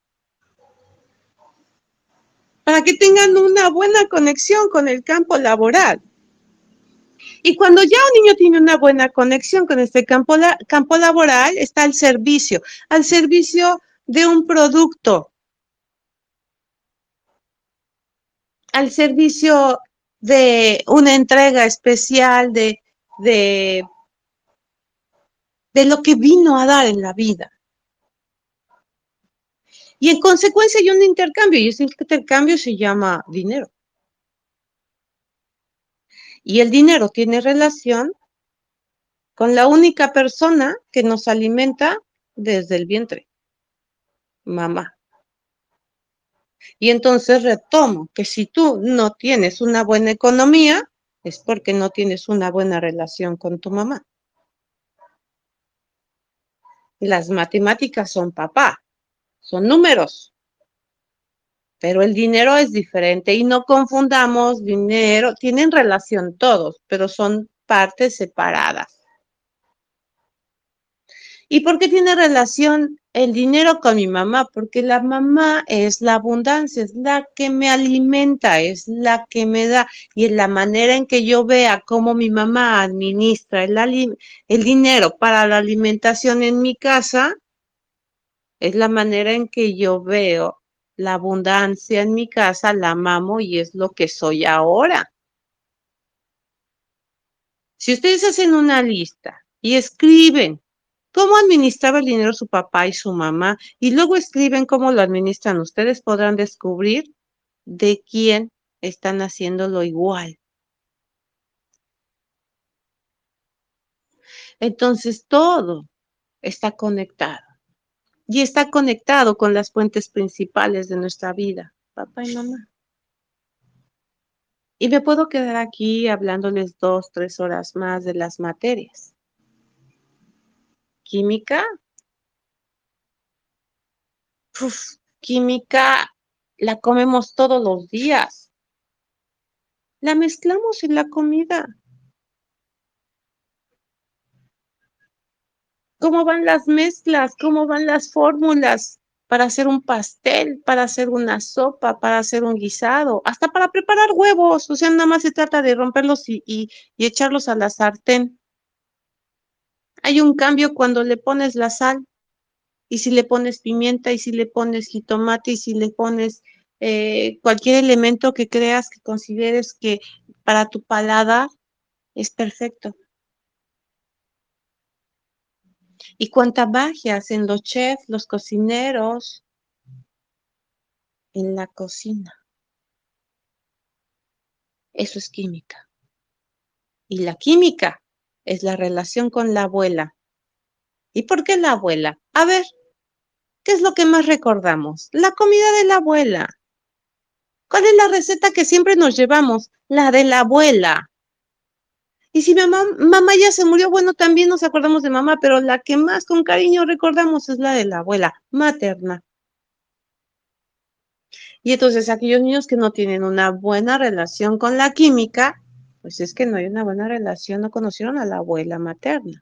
Para que tengan una buena conexión con el campo laboral. Y cuando ya un niño tiene una buena conexión con este campo, la, campo laboral, está al servicio, al servicio de un producto, al servicio de una entrega especial de, de, de lo que vino a dar en la vida. Y en consecuencia hay un intercambio, y ese intercambio se llama dinero. Y el dinero tiene relación con la única persona que nos alimenta desde el vientre, mamá. Y entonces retomo que si tú no tienes una buena economía, es porque no tienes una buena relación con tu mamá. Las matemáticas son papá, son números. Pero el dinero es diferente y no confundamos dinero, tienen relación todos, pero son partes separadas. ¿Y por qué tiene relación el dinero con mi mamá? Porque la mamá es la abundancia, es la que me alimenta, es la que me da. Y en la manera en que yo vea cómo mi mamá administra el, el dinero para la alimentación en mi casa, es la manera en que yo veo la abundancia en mi casa, la mamo y es lo que soy ahora. Si ustedes hacen una lista y escriben cómo administraba el dinero su papá y su mamá, y luego escriben cómo lo administran, ustedes podrán descubrir de quién están haciéndolo igual. Entonces todo está conectado y está conectado con las fuentes principales de nuestra vida, papá y mamá. Y me puedo quedar aquí hablándoles dos, tres horas más de las materias. Química. Uf, química la comemos todos los días. La mezclamos en la comida. ¿Cómo van las mezclas? ¿Cómo van las fórmulas para hacer un pastel, para hacer una sopa, para hacer un guisado, hasta para preparar huevos? O sea, nada más se trata de romperlos y, y, y echarlos a la sartén. Hay un cambio cuando le pones la sal y si le pones pimienta y si le pones jitomate y si le pones eh, cualquier elemento que creas que consideres que para tu paladar es perfecto. Y cuánta magia hacen los chefs, los cocineros en la cocina. Eso es química. Y la química es la relación con la abuela. ¿Y por qué la abuela? A ver, ¿qué es lo que más recordamos? La comida de la abuela. ¿Cuál es la receta que siempre nos llevamos? La de la abuela. Y si mamá, mamá ya se murió, bueno, también nos acordamos de mamá, pero la que más con cariño recordamos es la de la abuela materna. Y entonces aquellos niños que no tienen una buena relación con la química, pues es que no hay una buena relación, no conocieron a la abuela materna.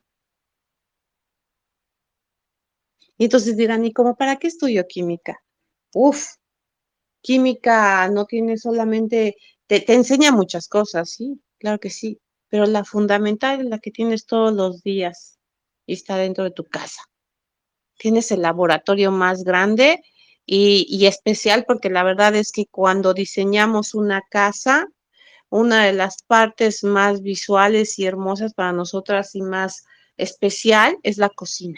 Y entonces dirán, ¿y cómo para qué estudio química? Uf, química no tiene solamente, te, te enseña muchas cosas, sí, claro que sí, pero la fundamental es la que tienes todos los días y está dentro de tu casa. Tienes el laboratorio más grande y, y especial porque la verdad es que cuando diseñamos una casa, una de las partes más visuales y hermosas para nosotras y más especial es la cocina.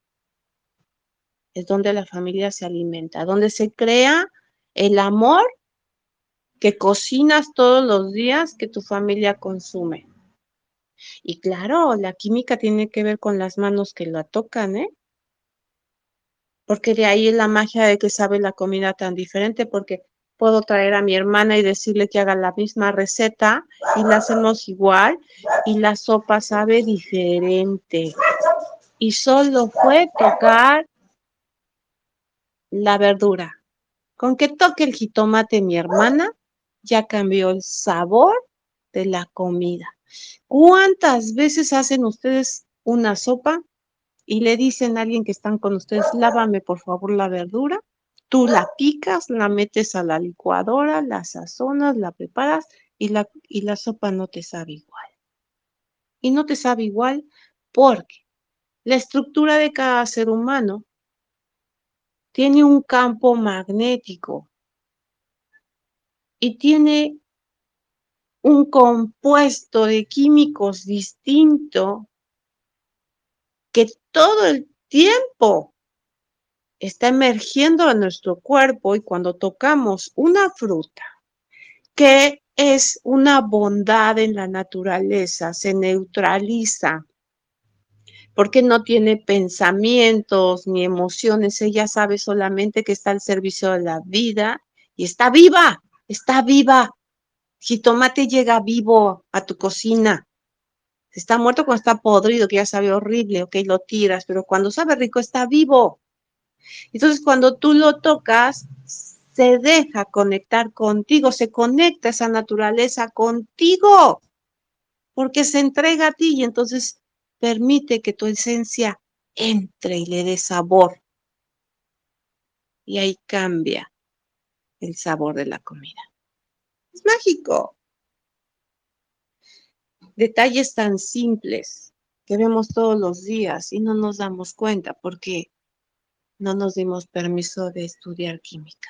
Es donde la familia se alimenta, donde se crea el amor que cocinas todos los días que tu familia consume. Y claro, la química tiene que ver con las manos que la tocan, ¿eh? Porque de ahí es la magia de que sabe la comida tan diferente, porque puedo traer a mi hermana y decirle que haga la misma receta y la hacemos igual y la sopa sabe diferente. Y solo fue tocar la verdura. Con que toque el jitomate mi hermana, ya cambió el sabor de la comida. ¿Cuántas veces hacen ustedes una sopa y le dicen a alguien que están con ustedes, lávame por favor la verdura? Tú la picas, la metes a la licuadora, la sazonas, la preparas y la, y la sopa no te sabe igual. Y no te sabe igual porque la estructura de cada ser humano tiene un campo magnético y tiene un compuesto de químicos distinto que todo el tiempo está emergiendo en nuestro cuerpo y cuando tocamos una fruta que es una bondad en la naturaleza, se neutraliza porque no tiene pensamientos ni emociones, ella sabe solamente que está al servicio de la vida y está viva, está viva. Jitomate llega vivo a tu cocina. Está muerto cuando está podrido, que ya sabe horrible, ok, lo tiras, pero cuando sabe rico está vivo. Entonces, cuando tú lo tocas, se deja conectar contigo, se conecta esa naturaleza contigo, porque se entrega a ti y entonces permite que tu esencia entre y le dé sabor. Y ahí cambia el sabor de la comida. Es mágico. Detalles tan simples que vemos todos los días y no nos damos cuenta porque no nos dimos permiso de estudiar química,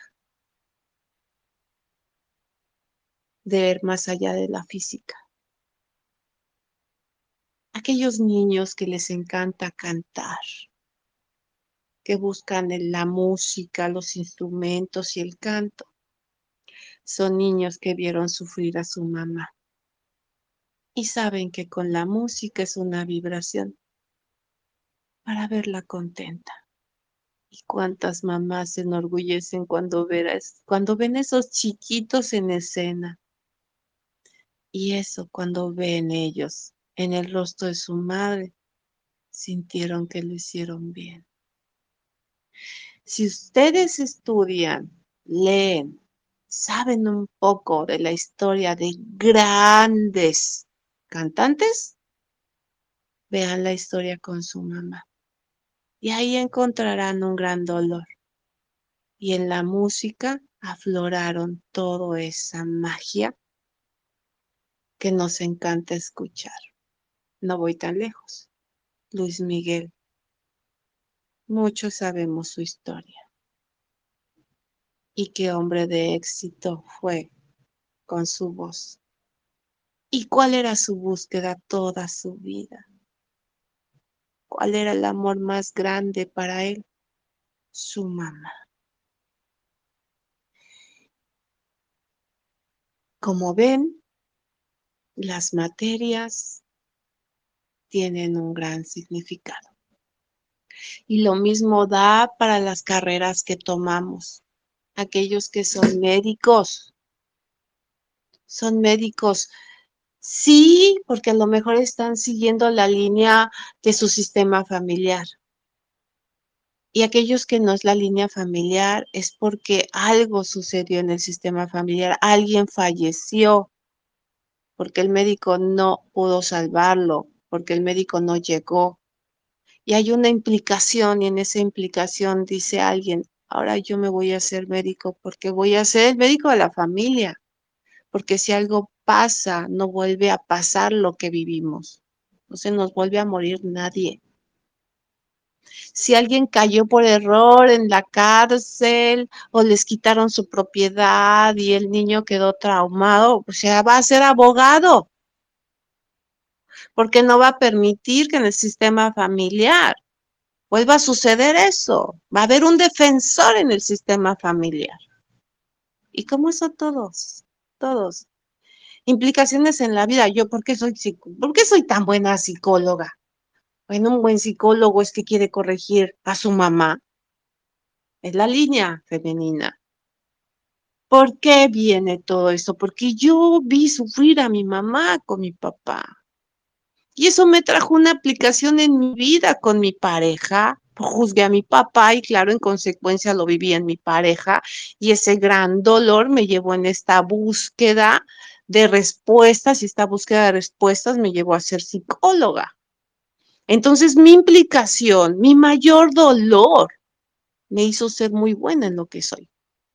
de ver más allá de la física. Aquellos niños que les encanta cantar, que buscan en la música, los instrumentos y el canto, son niños que vieron sufrir a su mamá y saben que con la música es una vibración para verla contenta. ¿Y cuántas mamás se enorgullecen cuando, verás, cuando ven esos chiquitos en escena? Y eso cuando ven ellos en el rostro de su madre, sintieron que lo hicieron bien. Si ustedes estudian, leen, saben un poco de la historia de grandes cantantes, vean la historia con su mamá. Y ahí encontrarán un gran dolor. Y en la música afloraron toda esa magia que nos encanta escuchar. No voy tan lejos. Luis Miguel. Muchos sabemos su historia. Y qué hombre de éxito fue con su voz. ¿Y cuál era su búsqueda toda su vida? ¿Cuál era el amor más grande para él? Su mamá. Como ven, las materias tienen un gran significado. Y lo mismo da para las carreras que tomamos. Aquellos que son médicos, son médicos, sí, porque a lo mejor están siguiendo la línea de su sistema familiar. Y aquellos que no es la línea familiar es porque algo sucedió en el sistema familiar, alguien falleció, porque el médico no pudo salvarlo, porque el médico no llegó. Y hay una implicación, y en esa implicación dice alguien, ahora yo me voy a hacer médico porque voy a ser el médico de la familia, porque si algo pasa, no vuelve a pasar lo que vivimos, no se nos vuelve a morir nadie. Si alguien cayó por error en la cárcel o les quitaron su propiedad y el niño quedó traumado, o sea, va a ser abogado, porque no va a permitir que en el sistema familiar vuelva a suceder eso. Va a haber un defensor en el sistema familiar. Y como eso todos, todos. Implicaciones en la vida. Yo, ¿por qué soy, ¿por qué soy tan buena psicóloga? Bueno, un buen psicólogo es que quiere corregir a su mamá. Es la línea femenina. ¿Por qué viene todo esto? Porque yo vi sufrir a mi mamá con mi papá. Y eso me trajo una aplicación en mi vida con mi pareja. Juzgué a mi papá y claro, en consecuencia lo viví en mi pareja. Y ese gran dolor me llevó en esta búsqueda de respuestas y esta búsqueda de respuestas me llevó a ser psicóloga. Entonces mi implicación, mi mayor dolor me hizo ser muy buena en lo que soy.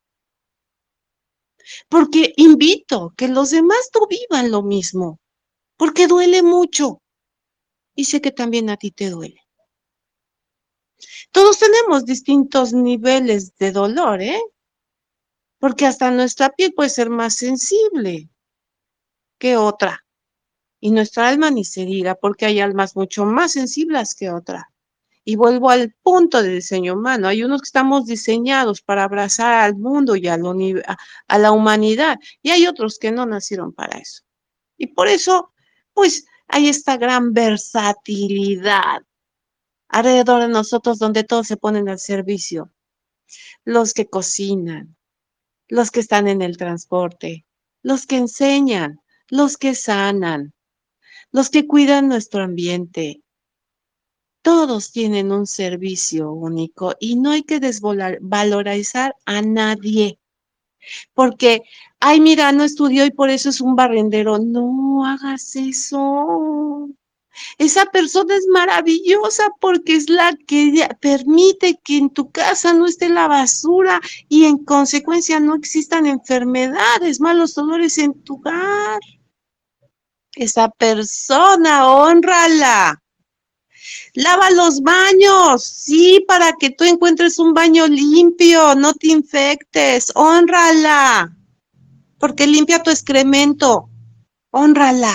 Porque invito que los demás no vivan lo mismo, porque duele mucho. Y sé que también a ti te duele. Todos tenemos distintos niveles de dolor, ¿eh? Porque hasta nuestra piel puede ser más sensible que otra. Y nuestra alma ni se diga, porque hay almas mucho más sensibles que otra. Y vuelvo al punto de diseño humano. Hay unos que estamos diseñados para abrazar al mundo y a, lo, a, a la humanidad. Y hay otros que no nacieron para eso. Y por eso, pues, hay esta gran versatilidad alrededor de nosotros donde todos se ponen al servicio. Los que cocinan, los que están en el transporte, los que enseñan, los que sanan, los que cuidan nuestro ambiente. Todos tienen un servicio único y no hay que desvalorizar a nadie. Porque, ay, mira, no estudió y por eso es un barrendero. No hagas eso. Esa persona es maravillosa porque es la que permite que en tu casa no esté la basura y en consecuencia no existan enfermedades, malos olores en tu hogar. Esa persona, hónrala. Lava los baños, sí, para que tú encuentres un baño limpio, no te infectes, hónrala, porque limpia tu excremento, hónrala.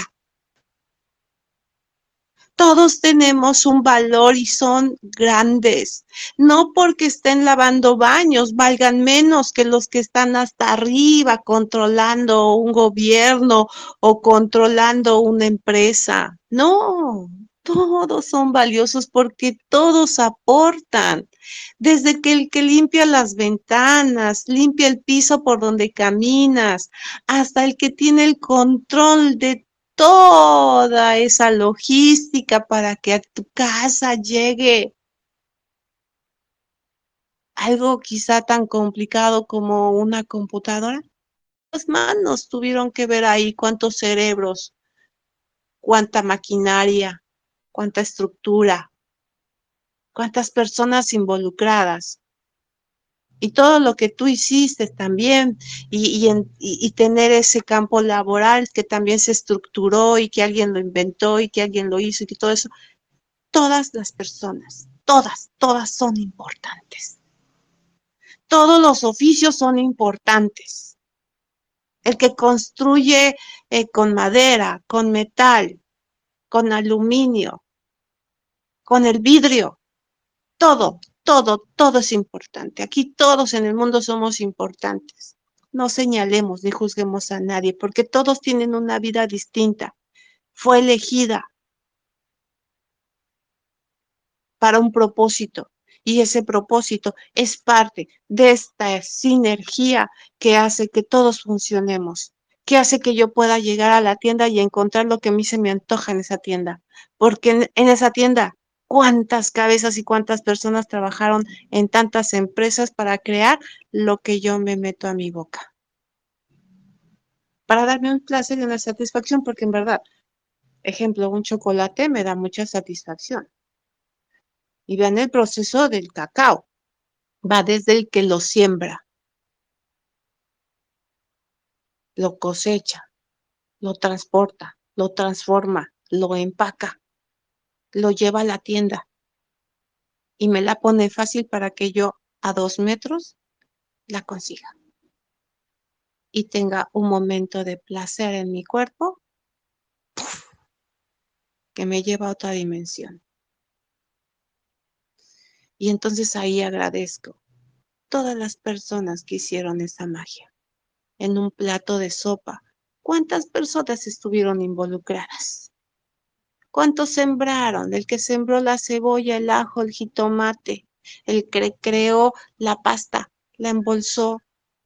Todos tenemos un valor y son grandes. No porque estén lavando baños valgan menos que los que están hasta arriba controlando un gobierno o controlando una empresa. No, todos son valiosos porque todos aportan. Desde que el que limpia las ventanas, limpia el piso por donde caminas, hasta el que tiene el control de toda esa logística para que a tu casa llegue algo quizá tan complicado como una computadora. Las manos tuvieron que ver ahí cuántos cerebros, cuánta maquinaria, cuánta estructura, cuántas personas involucradas. Y todo lo que tú hiciste también, y, y, en, y, y tener ese campo laboral que también se estructuró y que alguien lo inventó y que alguien lo hizo y que todo eso. Todas las personas, todas, todas son importantes. Todos los oficios son importantes. El que construye eh, con madera, con metal, con aluminio, con el vidrio, todo, todo, todo es importante. Aquí todos en el mundo somos importantes. No señalemos ni juzguemos a nadie, porque todos tienen una vida distinta. Fue elegida para un propósito. Y ese propósito es parte de esta sinergia que hace que todos funcionemos, que hace que yo pueda llegar a la tienda y encontrar lo que a mí se me antoja en esa tienda. Porque en, en esa tienda, cuántas cabezas y cuántas personas trabajaron en tantas empresas para crear lo que yo me meto a mi boca. Para darme un placer y una satisfacción, porque en verdad, ejemplo, un chocolate me da mucha satisfacción. Y vean el proceso del cacao. Va desde el que lo siembra, lo cosecha, lo transporta, lo transforma, lo empaca, lo lleva a la tienda y me la pone fácil para que yo a dos metros la consiga y tenga un momento de placer en mi cuerpo que me lleva a otra dimensión. Y entonces ahí agradezco todas las personas que hicieron esa magia. En un plato de sopa, ¿cuántas personas estuvieron involucradas? ¿Cuántos sembraron? El que sembró la cebolla, el ajo, el jitomate, el que creó la pasta, la embolsó,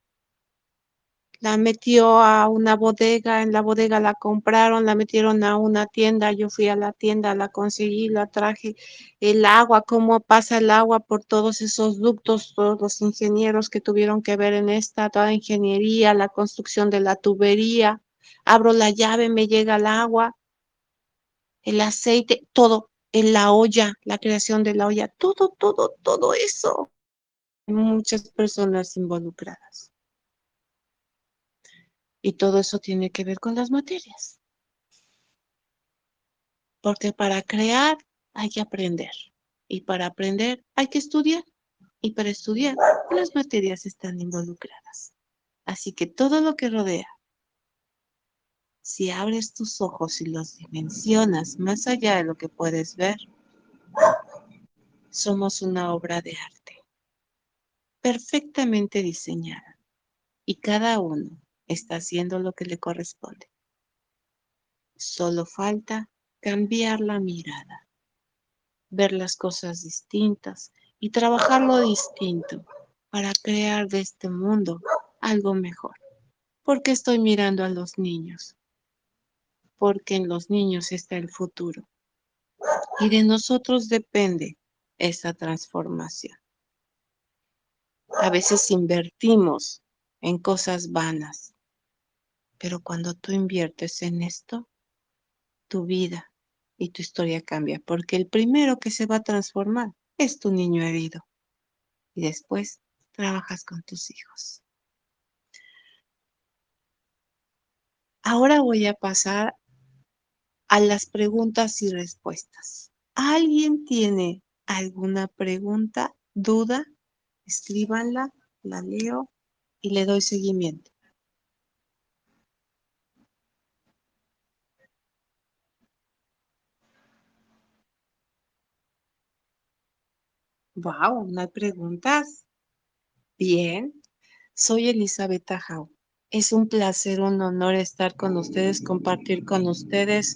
la metió a una bodega, en la bodega la compraron, la metieron a una tienda, yo fui a la tienda, la conseguí, la traje, el agua, cómo pasa el agua por todos esos ductos, todos los ingenieros que tuvieron que ver en esta, toda ingeniería, la construcción de la tubería, abro la llave, me llega el agua, el aceite, todo, en la olla, la creación de la olla, todo, todo, todo eso. Muchas personas involucradas. Y todo eso tiene que ver con las materias. Porque para crear hay que aprender. Y para aprender hay que estudiar. Y para estudiar las materias están involucradas. Así que todo lo que rodea, si abres tus ojos y los dimensionas más allá de lo que puedes ver, somos una obra de arte perfectamente diseñada y cada uno está haciendo lo que le corresponde. Solo falta cambiar la mirada, ver las cosas distintas y trabajar lo distinto para crear de este mundo algo mejor. Porque estoy mirando a los niños, porque en los niños está el futuro y de nosotros depende esa transformación. A veces invertimos en cosas vanas, pero cuando tú inviertes en esto, tu vida y tu historia cambia, porque el primero que se va a transformar es tu niño herido. Y después trabajas con tus hijos. Ahora voy a pasar a las preguntas y respuestas. ¿Alguien tiene alguna pregunta, duda? Escríbanla, la leo y le doy seguimiento. Wow, ¿no hay preguntas? Bien, soy Elizabeth Tajao. Es un placer, un honor estar con ustedes, compartir con ustedes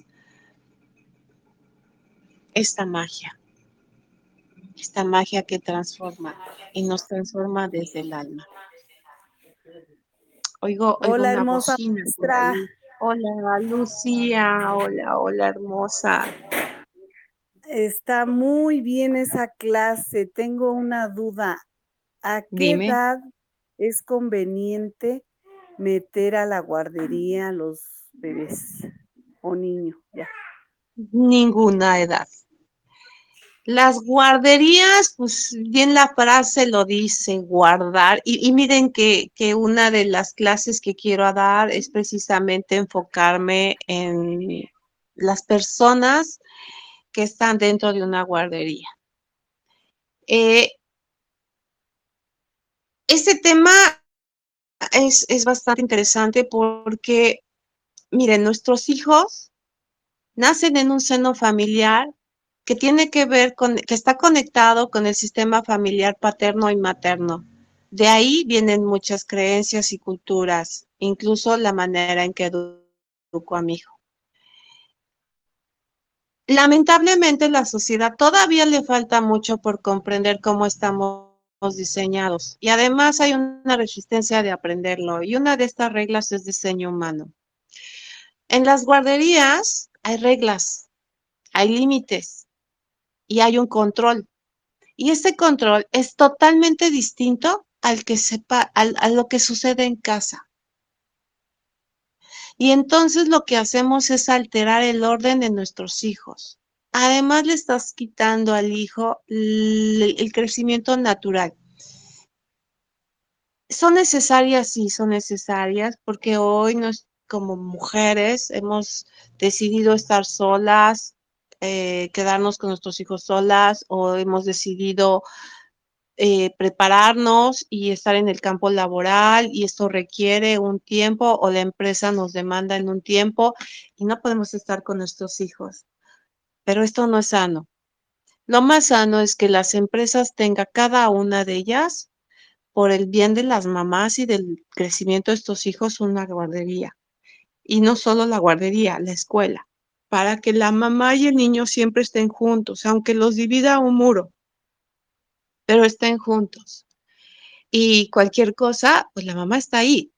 esta magia, esta magia que transforma y nos transforma desde el alma. Oigo, oigo Hola, una hermosa bocina por maestra. ahí. Hola, Lucía. Hola, hola, hermosa. Está muy bien esa clase. Tengo una duda. ¿A qué Dime. edad es conveniente meter a la guardería a los bebés o niños? Ya. Ninguna edad. Las guarderías, pues bien la frase lo dice, guardar. Y, y miren que, que una de las clases que quiero dar es precisamente enfocarme en las personas que están dentro de una guardería. Eh, este tema es, es bastante interesante porque, miren, nuestros hijos nacen en un seno familiar que tiene que ver con, que está conectado con el sistema familiar paterno y materno. De ahí vienen muchas creencias y culturas, incluso la manera en que educo a mi hijo. Lamentablemente, la sociedad todavía le falta mucho por comprender cómo estamos diseñados y además hay una resistencia de aprenderlo y una de estas reglas es diseño humano. En las guarderías hay reglas, hay límites y hay un control. Y ese control es totalmente distinto al que sepa, al, a lo que sucede en casa. Y entonces lo que hacemos es alterar el orden de nuestros hijos. Además le estás quitando al hijo el, el crecimiento natural. Son necesarias, sí, son necesarias, porque hoy nos, como mujeres hemos decidido estar solas, eh, quedarnos con nuestros hijos solas, o hemos decidido eh, prepararnos y estar en el campo laboral, y esto requiere un tiempo, o la empresa nos demanda en un tiempo, y no podemos estar con nuestros hijos. Pero esto no es sano. Lo más sano es que las empresas tengan cada una de ellas por el bien de las mamás y del crecimiento de estos hijos, una guardería. Y no solo la guardería, la escuela, para que la mamá y el niño siempre estén juntos, aunque los divida un muro, pero estén juntos. Y cualquier cosa, pues la mamá está ahí.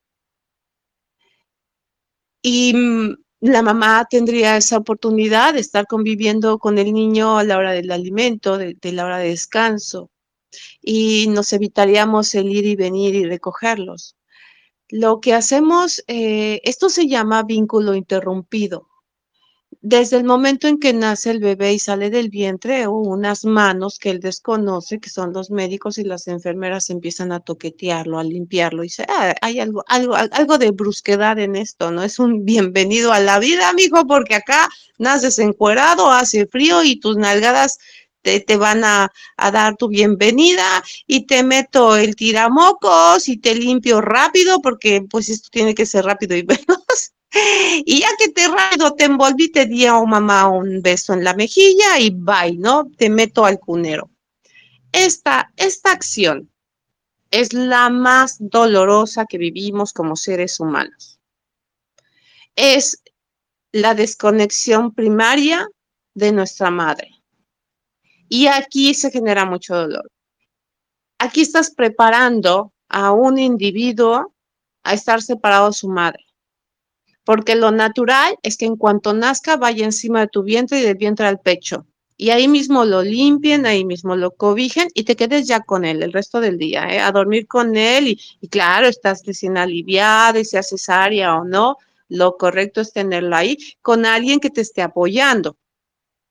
Y mm, la mamá tendría esa oportunidad de estar conviviendo con el niño a la hora del alimento, de, de la hora de descanso, y nos evitaríamos el ir y venir y recogerlos. Lo que hacemos, eh, esto se llama vínculo interrumpido. Desde el momento en que nace el bebé y sale del vientre, o unas manos que él desconoce, que son los médicos y las enfermeras, empiezan a toquetearlo, a limpiarlo, y dice, ah, hay algo, algo, algo de brusquedad en esto, ¿no? Es un bienvenido a la vida, mijo, porque acá naces encuerado, hace frío y tus nalgadas te, te van a, a dar tu bienvenida, y te meto el tiramocos y te limpio rápido, porque pues esto tiene que ser rápido y veloz. Y ya que te rápido te envolví, te di a mamá un beso en la mejilla y bye, ¿no? Te meto al cunero. Esta, esta acción es la más dolorosa que vivimos como seres humanos. Es la desconexión primaria de nuestra madre. Y aquí se genera mucho dolor. Aquí estás preparando a un individuo a estar separado de su madre. Porque lo natural es que en cuanto nazca vaya encima de tu vientre y del vientre al pecho. Y ahí mismo lo limpien, ahí mismo lo cobijen y te quedes ya con él el resto del día, ¿eh? A dormir con él y, y claro, estás recién aliviada y sea cesárea o no, lo correcto es tenerlo ahí con alguien que te esté apoyando.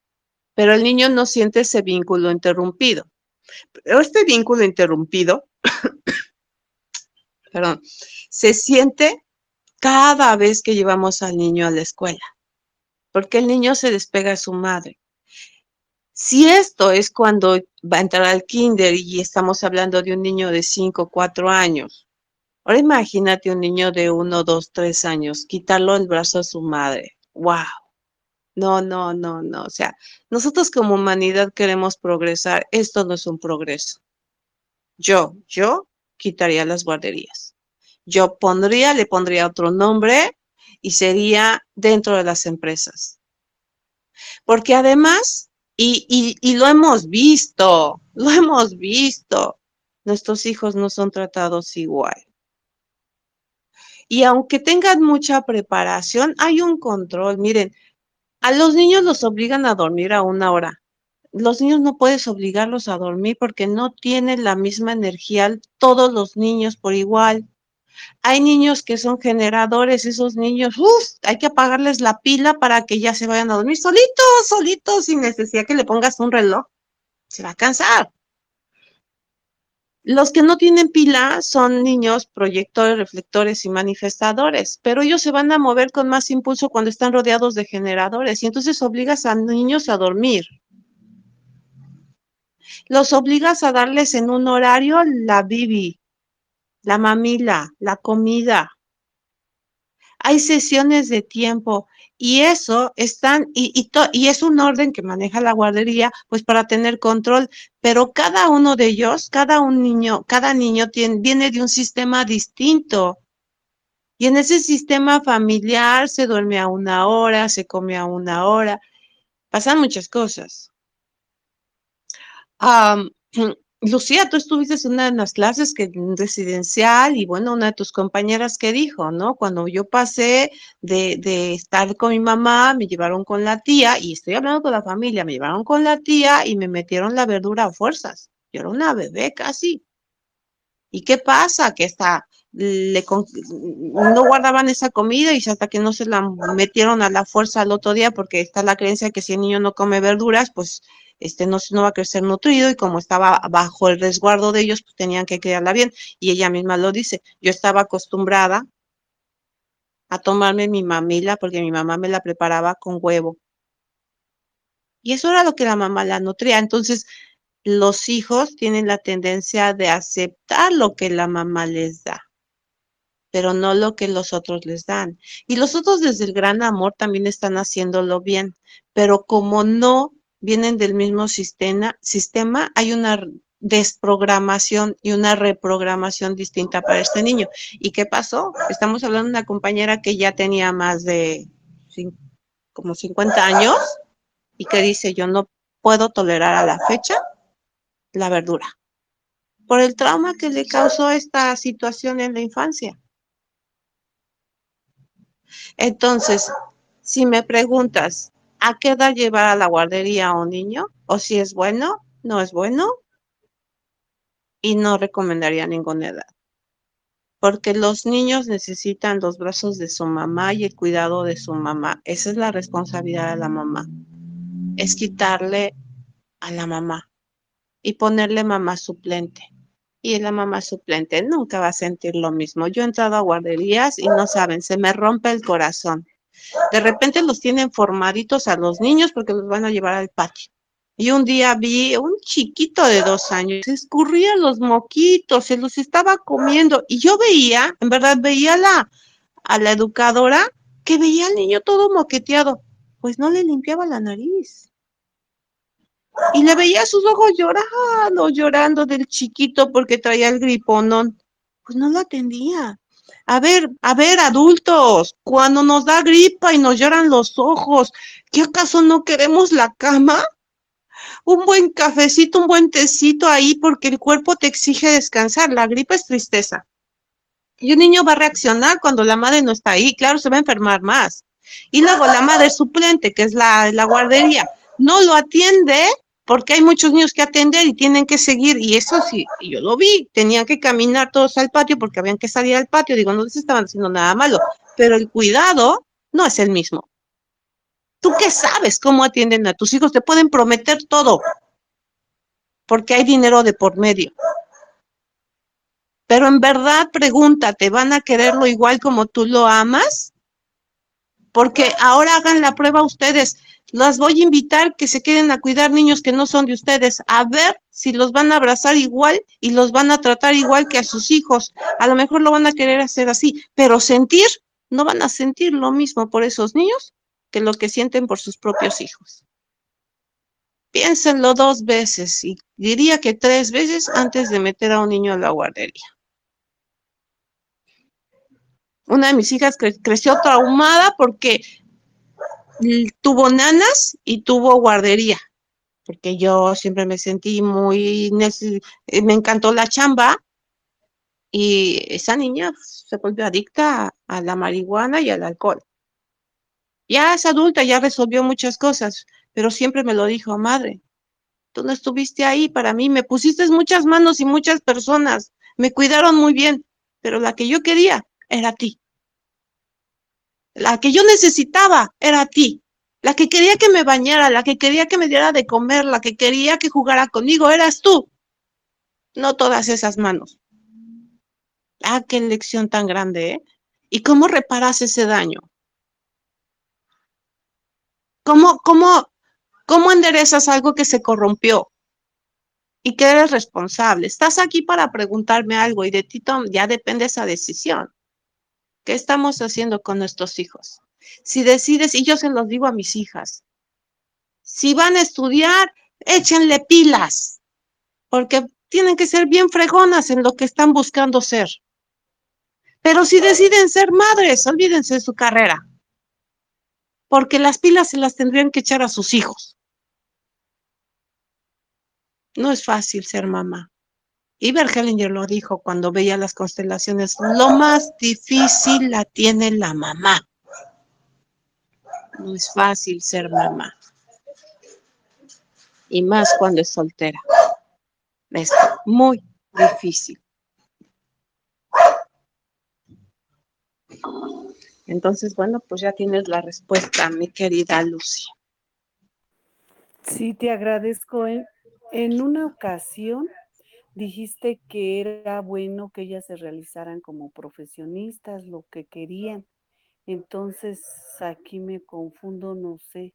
pero el niño no siente ese vínculo interrumpido. Pero este vínculo interrumpido, perdón, se siente cada vez que llevamos al niño a la escuela, porque el niño se despega de su madre. Si esto es cuando va a entrar al kinder y estamos hablando de un niño de cinco, cuatro años, ahora imagínate un niño de uno, dos, tres años, quitarlo del brazo de su madre. ¡Wow! No, no, no, no. O sea, nosotros como humanidad queremos progresar. Esto no es un progreso. Yo, yo quitaría las guarderías. Yo pondría, le pondría otro nombre y sería dentro de las empresas. Porque además, y, y, y lo hemos visto, lo hemos visto, nuestros hijos no son tratados igual. Y aunque tengan mucha preparación, hay un control. Miren, a los niños los obligan a dormir a una hora. Los niños no puedes obligarlos a dormir porque no tienen la misma energía todos los niños por igual. Hay niños que son generadores, esos niños, uff, hay que apagarles la pila para que ya se vayan a dormir solitos, solitos, sin necesidad que le pongas un reloj. Se va a cansar. Los que no tienen pila son niños proyectores, reflectores y manifestadores, pero ellos se van a mover con más impulso cuando están rodeados de generadores y entonces obligas a niños a dormir. Los obligas a darles en un horario la bibi, la mamila, la comida. Hay sesiones de tiempo y eso están, y, y, to, y es un orden que maneja la guardería, pues para tener control, pero cada uno de ellos, cada un niño, cada niño tiene, viene de un sistema distinto. Y en ese sistema familiar se duerme a una hora, se come a una hora, pasan muchas cosas. Um, Lucía, tú estuviste en una de las clases que residencial y bueno, una de tus compañeras que dijo, ¿no? Cuando yo pasé de, de estar con mi mamá, me llevaron con la tía, y estoy hablando con la familia, me llevaron con la tía y me metieron la verdura a fuerzas. Yo era una bebé casi. ¿Y qué pasa? Que hasta le no guardaban esa comida y hasta que no se la metieron a la fuerza al otro día, porque está la creencia que si el niño no come verduras, pues este no, no va a crecer nutrido, y como estaba bajo el resguardo de ellos, pues tenían que criarla bien. Y ella misma lo dice, yo estaba acostumbrada a tomarme mi mamila porque mi mamá me la preparaba con huevo. Y eso era lo que la mamá la nutría. Entonces, los hijos tienen la tendencia de aceptar lo que la mamá les da, pero no lo que los otros les dan. Y los otros desde el gran amor también están haciéndolo bien, pero como no vienen del mismo sistema, sistema, hay una desprogramación y una reprogramación distinta para este niño. ¿Y qué pasó? Estamos hablando de una compañera que ya tenía más de como cincuenta años y que dice, yo no puedo tolerar a la fecha la verdura, por el trauma que le causó esta situación en la infancia. Entonces, si me preguntas, ¿a qué edad llevar a la guardería a un niño? O si es bueno, no es bueno, y no recomendaría ninguna edad. Porque los niños necesitan los brazos de su mamá y el cuidado de su mamá. Esa es la responsabilidad de la mamá. Es quitarle a la mamá y ponerle mamá suplente. Y la mamá suplente nunca va a sentir lo mismo. Yo he entrado a guarderías y no saben, se me rompe el corazón. De repente los tienen formaditos a los niños porque los van a llevar al patio. Y un día vi un chiquito de dos años, se escurría los moquitos, se los estaba comiendo. Y yo veía, en verdad veía a la, a la educadora que veía al niño todo moqueteado. Pues no le limpiaba la nariz. Y le veía sus ojos llorando, llorando del chiquito porque traía el griponón. Pues no lo atendía. A ver, a ver, adultos, cuando nos da gripa y nos lloran los ojos, ¿qué acaso no queremos la cama? Un buen cafecito, un buen tecito ahí porque el cuerpo te exige descansar. La gripa es tristeza. Y un niño va a reaccionar cuando la madre no está ahí. Claro, se va a enfermar más. Y luego la madre suplente, que es la, la guardería, no lo atiende porque hay muchos niños que atender y tienen que seguir, y eso sí, yo lo vi, tenían que caminar todos al patio porque habían que salir al patio, digo, no les estaban haciendo nada malo, pero el cuidado no es el mismo. ¿Tú qué sabes cómo atienden a tus hijos? Te pueden prometer todo, porque hay dinero de por medio. Pero en verdad, pregúntate, ¿van a quererlo igual como tú lo amas? Porque ahora hagan la prueba ustedes. Las voy a invitar que se queden a cuidar niños que no son de ustedes, a ver si los van a abrazar igual y los van a tratar igual que a sus hijos. A lo mejor lo van a querer hacer así, pero sentir, no van a sentir lo mismo por esos niños que lo que sienten por sus propios hijos. Piénsenlo dos veces y diría que tres veces antes de meter a un niño a la guardería. Una de mis hijas cre- creció traumada porque tuvo nanas y tuvo guardería, porque yo siempre me sentí muy, nece- eh, me encantó la chamba y esa niña se volvió adicta a, a la marihuana y al alcohol. Ya es adulta, ya resolvió muchas cosas, pero siempre me lo dijo, madre, tú no estuviste ahí para mí, me pusiste muchas manos y muchas personas, me cuidaron muy bien, pero la que yo quería era a ti. La que yo necesitaba era a ti. La que quería que me bañara, la que quería que me diera de comer, la que quería que jugara conmigo, eras tú. No todas esas manos. Ah, qué lección tan grande, ¿eh? ¿Y cómo reparas ese daño? ¿Cómo, cómo, cómo enderezas algo que se corrompió y que eres responsable? Estás aquí para preguntarme algo y de ti ya depende esa decisión. ¿Qué estamos haciendo con nuestros hijos? Si decides, y yo se los digo a mis hijas, si van a estudiar, échenle pilas, porque tienen que ser bien fregonas en lo que están buscando ser. Pero si deciden ser madres, olvídense de su carrera, porque las pilas se las tendrían que echar a sus hijos. No es fácil ser mamá. Y Bert Hellinger lo dijo cuando veía las constelaciones, lo más difícil la tiene la mamá. No es fácil ser mamá. Y más cuando es soltera. Es muy difícil. Entonces, bueno, pues ya tienes la respuesta, mi querida Lucy. Sí, te agradezco. En, en una ocasión dijiste que era bueno que ellas se realizaran como profesionistas, lo que querían. Entonces, aquí me confundo, no sé.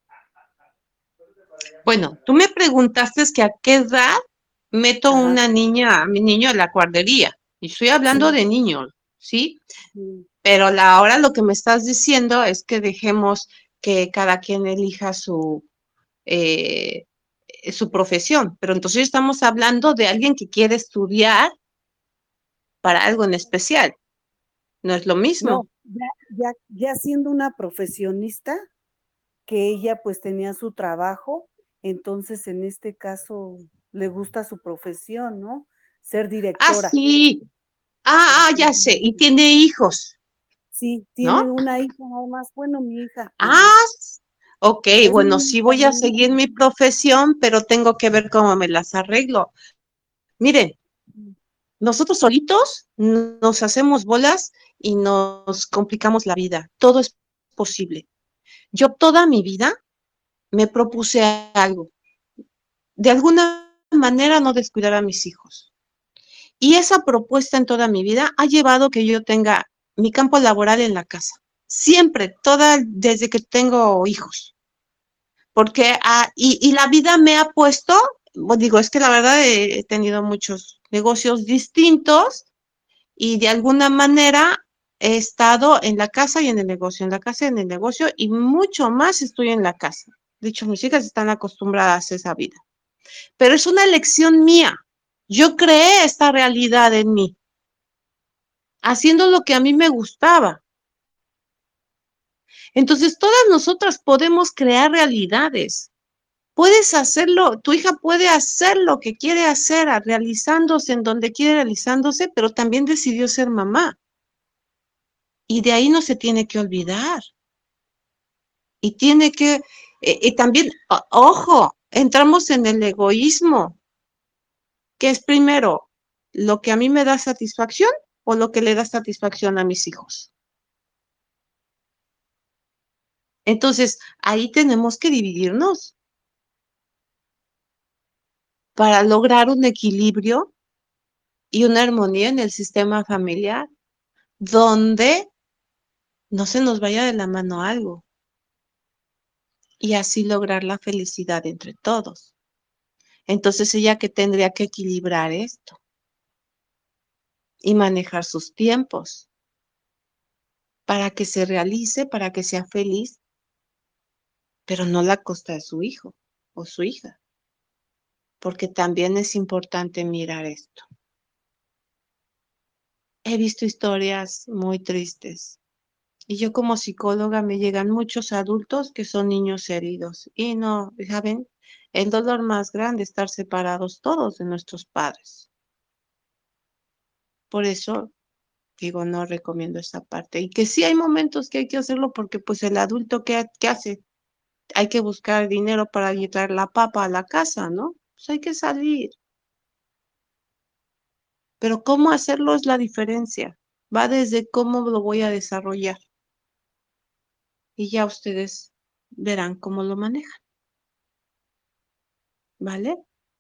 Bueno, tú me preguntaste que a qué edad meto Ajá. una niña, a mi niño a la guardería. Y estoy hablando Sí. de niños, ¿sí? Sí. Pero la, ahora lo que me estás diciendo es que dejemos que cada quien elija su, eh, su profesión. Pero entonces estamos hablando de alguien que quiere estudiar para algo en especial. No es lo mismo. No, ya, ya, ya siendo una profesionista, que ella pues tenía su trabajo, entonces en este caso le gusta su profesión, ¿no? Ser Ah, directora. sí. Ah, ah, ya sé. Y tiene hijos, Sí, tiene ¿no? una hija nada más, bueno, mi hija, ajá. Ah, ok, Es bueno, mi sí hija, voy a mi seguir hija. mi profesión, pero tengo que ver cómo me las arreglo. Miren, nosotros solitos nos hacemos bolas y nos complicamos la vida. Todo es posible. Yo toda mi vida me propuse algo. De alguna manera no descuidar a mis hijos. Y esa propuesta en toda mi vida ha llevado que yo tenga mi campo laboral en la casa. Siempre, toda, desde que tengo hijos. Porque, ah, y, y la vida me ha puesto, pues digo, es que la verdad he, he tenido muchos negocios distintos y de alguna manera he estado en la casa y en el negocio, en la casa y en el negocio y mucho más estoy en la casa. De hecho, mis hijas están acostumbradas a esa vida. Pero es una elección mía. Yo creé esta realidad en mí, haciendo lo que a mí me gustaba. Entonces, todas nosotras podemos crear realidades. Puedes hacerlo, tu hija puede hacer lo que quiere hacer, realizándose en donde quiere realizándose, pero también decidió ser mamá. Y de ahí no se tiene que olvidar. Y tiene que, eh, y también, o, ojo, entramos en el egoísmo, que es primero lo que a mí me da satisfacción o lo que le da satisfacción a mis hijos. Entonces, ahí tenemos que dividirnos para lograr un equilibrio y una armonía en el sistema familiar, donde no se nos vaya de la mano algo y así lograr la felicidad entre todos. Entonces, ella que tendría que equilibrar esto y manejar sus tiempos para que se realice, para que sea feliz, pero no a la costa de su hijo o su hija, porque también es importante mirar esto. He visto historias muy tristes y yo como psicóloga me llegan muchos adultos que son niños heridos y no, ¿saben? El dolor más grande es estar separados todos de nuestros padres. Por eso digo, no recomiendo esa parte. Y que sí hay momentos que hay que hacerlo porque pues el adulto, ¿qué, qué hace? Hay que buscar dinero para llevar la papa a la casa, ¿no? Pues hay que salir. Pero cómo hacerlo es la diferencia. Va desde cómo lo voy a desarrollar. Y ya ustedes verán cómo lo manejan. ¿Vale?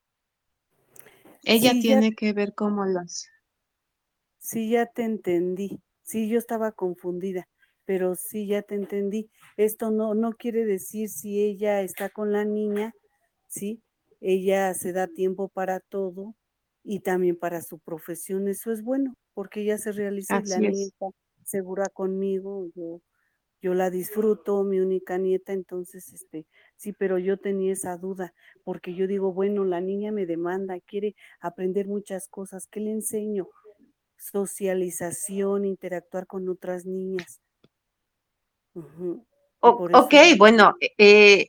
Ella Sí, ya, tiene que ver cómo lo hace. sí, ya te entendí. Sí, yo estaba confundida, pero sí, ya te entendí. Esto no, no quiere decir si ella está con la niña, ¿sí? Ella se da tiempo para todo y también para su profesión. Eso es bueno, porque ella se realiza y la Así niña es. está segura conmigo. Yo, yo la disfruto, mi única nieta, entonces, este, sí, pero yo tenía esa duda, porque yo digo, bueno, la niña me demanda, quiere aprender muchas cosas, ¿qué le enseño? Socialización, interactuar con otras niñas. Uh-huh. Y O, por ok, eso... bueno, eh,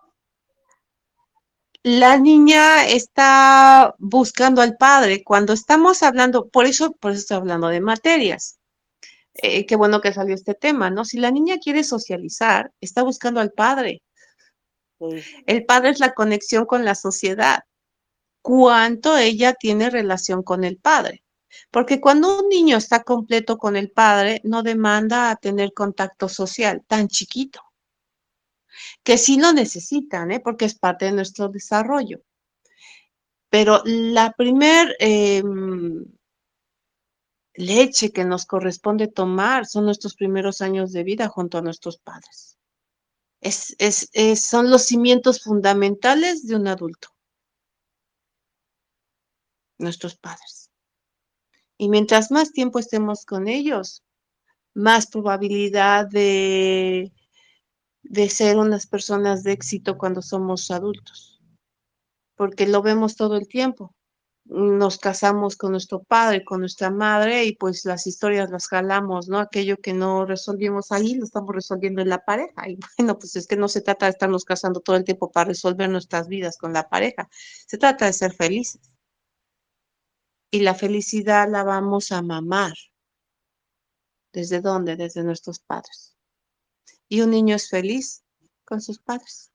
la niña está buscando al padre. Cuando estamos hablando, por eso, por eso estoy hablando de materias. Eh, qué bueno que salió este tema, ¿no? Si la niña quiere socializar, está buscando al padre. Sí. El padre es la conexión con la sociedad. ¿Cuánto ella tiene relación con el padre? Porque cuando un niño está completo con el padre, no demanda a tener contacto social tan chiquito, que sí lo necesitan, ¿eh? Porque es parte de nuestro desarrollo. Pero la primer eh, leche que nos corresponde tomar son nuestros primeros años de vida junto a nuestros padres. Es, es, es, son los cimientos fundamentales de un adulto, nuestros padres. Y mientras más tiempo estemos con ellos, más probabilidad de, de ser unas personas de éxito cuando somos adultos, porque lo vemos todo el tiempo. Nos casamos con nuestro padre, con nuestra madre y pues las historias las jalamos, ¿no? Aquello que no resolvimos ahí lo estamos resolviendo en la pareja. Y bueno, pues es que no se trata de estarnos casando todo el tiempo para resolver nuestras vidas con la pareja. Se trata de ser felices. Y la felicidad la vamos a mamar. ¿Desde dónde? Desde nuestros padres. Y un niño es feliz con sus padres.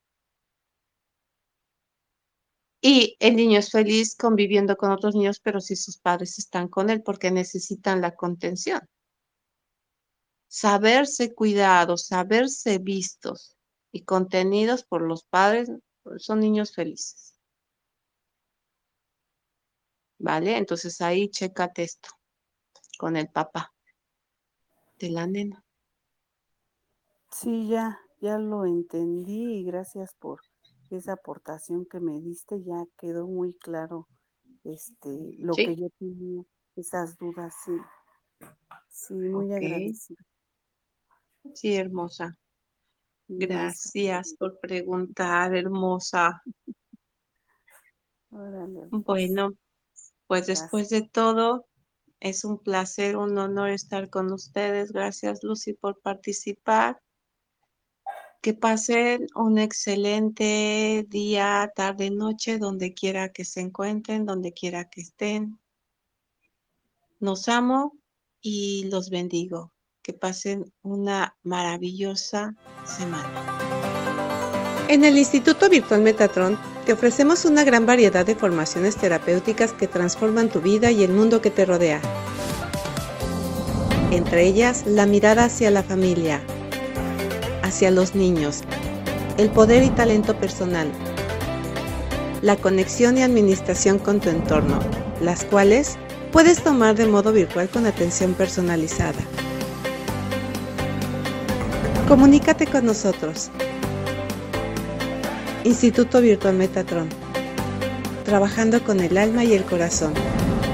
Y el niño es feliz conviviendo con otros niños, pero si sus padres están con él porque necesitan la contención. Saberse cuidados, saberse vistos y contenidos por los padres son niños felices. ¿Vale? Entonces ahí chécate esto con el papá de la nena. Sí, ya, ya lo entendí y gracias por esa aportación que me diste, ya quedó muy claro este lo que ¿Sí? yo tenía, esas dudas, sí, sí, muy Ok. agradecida. Sí, hermosa. Gracias. Gracias por preguntar, hermosa. Órale, pues, Bueno, pues gracias. después de todo, es un placer, un honor estar con ustedes. Gracias, Lucy, por participar. Que pasen un excelente día, tarde, noche, donde quiera que se encuentren, donde quiera que estén. Los amo y los bendigo. Que pasen una maravillosa semana. En el Instituto Virtual Metatron te ofrecemos una gran variedad de formaciones terapéuticas que transforman tu vida y el mundo que te rodea. Entre ellas, la mirada hacia la familia, hacia los niños, el poder y talento personal, la conexión y administración con tu entorno, las cuales puedes tomar de modo virtual con atención personalizada. Comunícate con nosotros. Instituto Virtual Metatron. Trabajando con el alma y el corazón.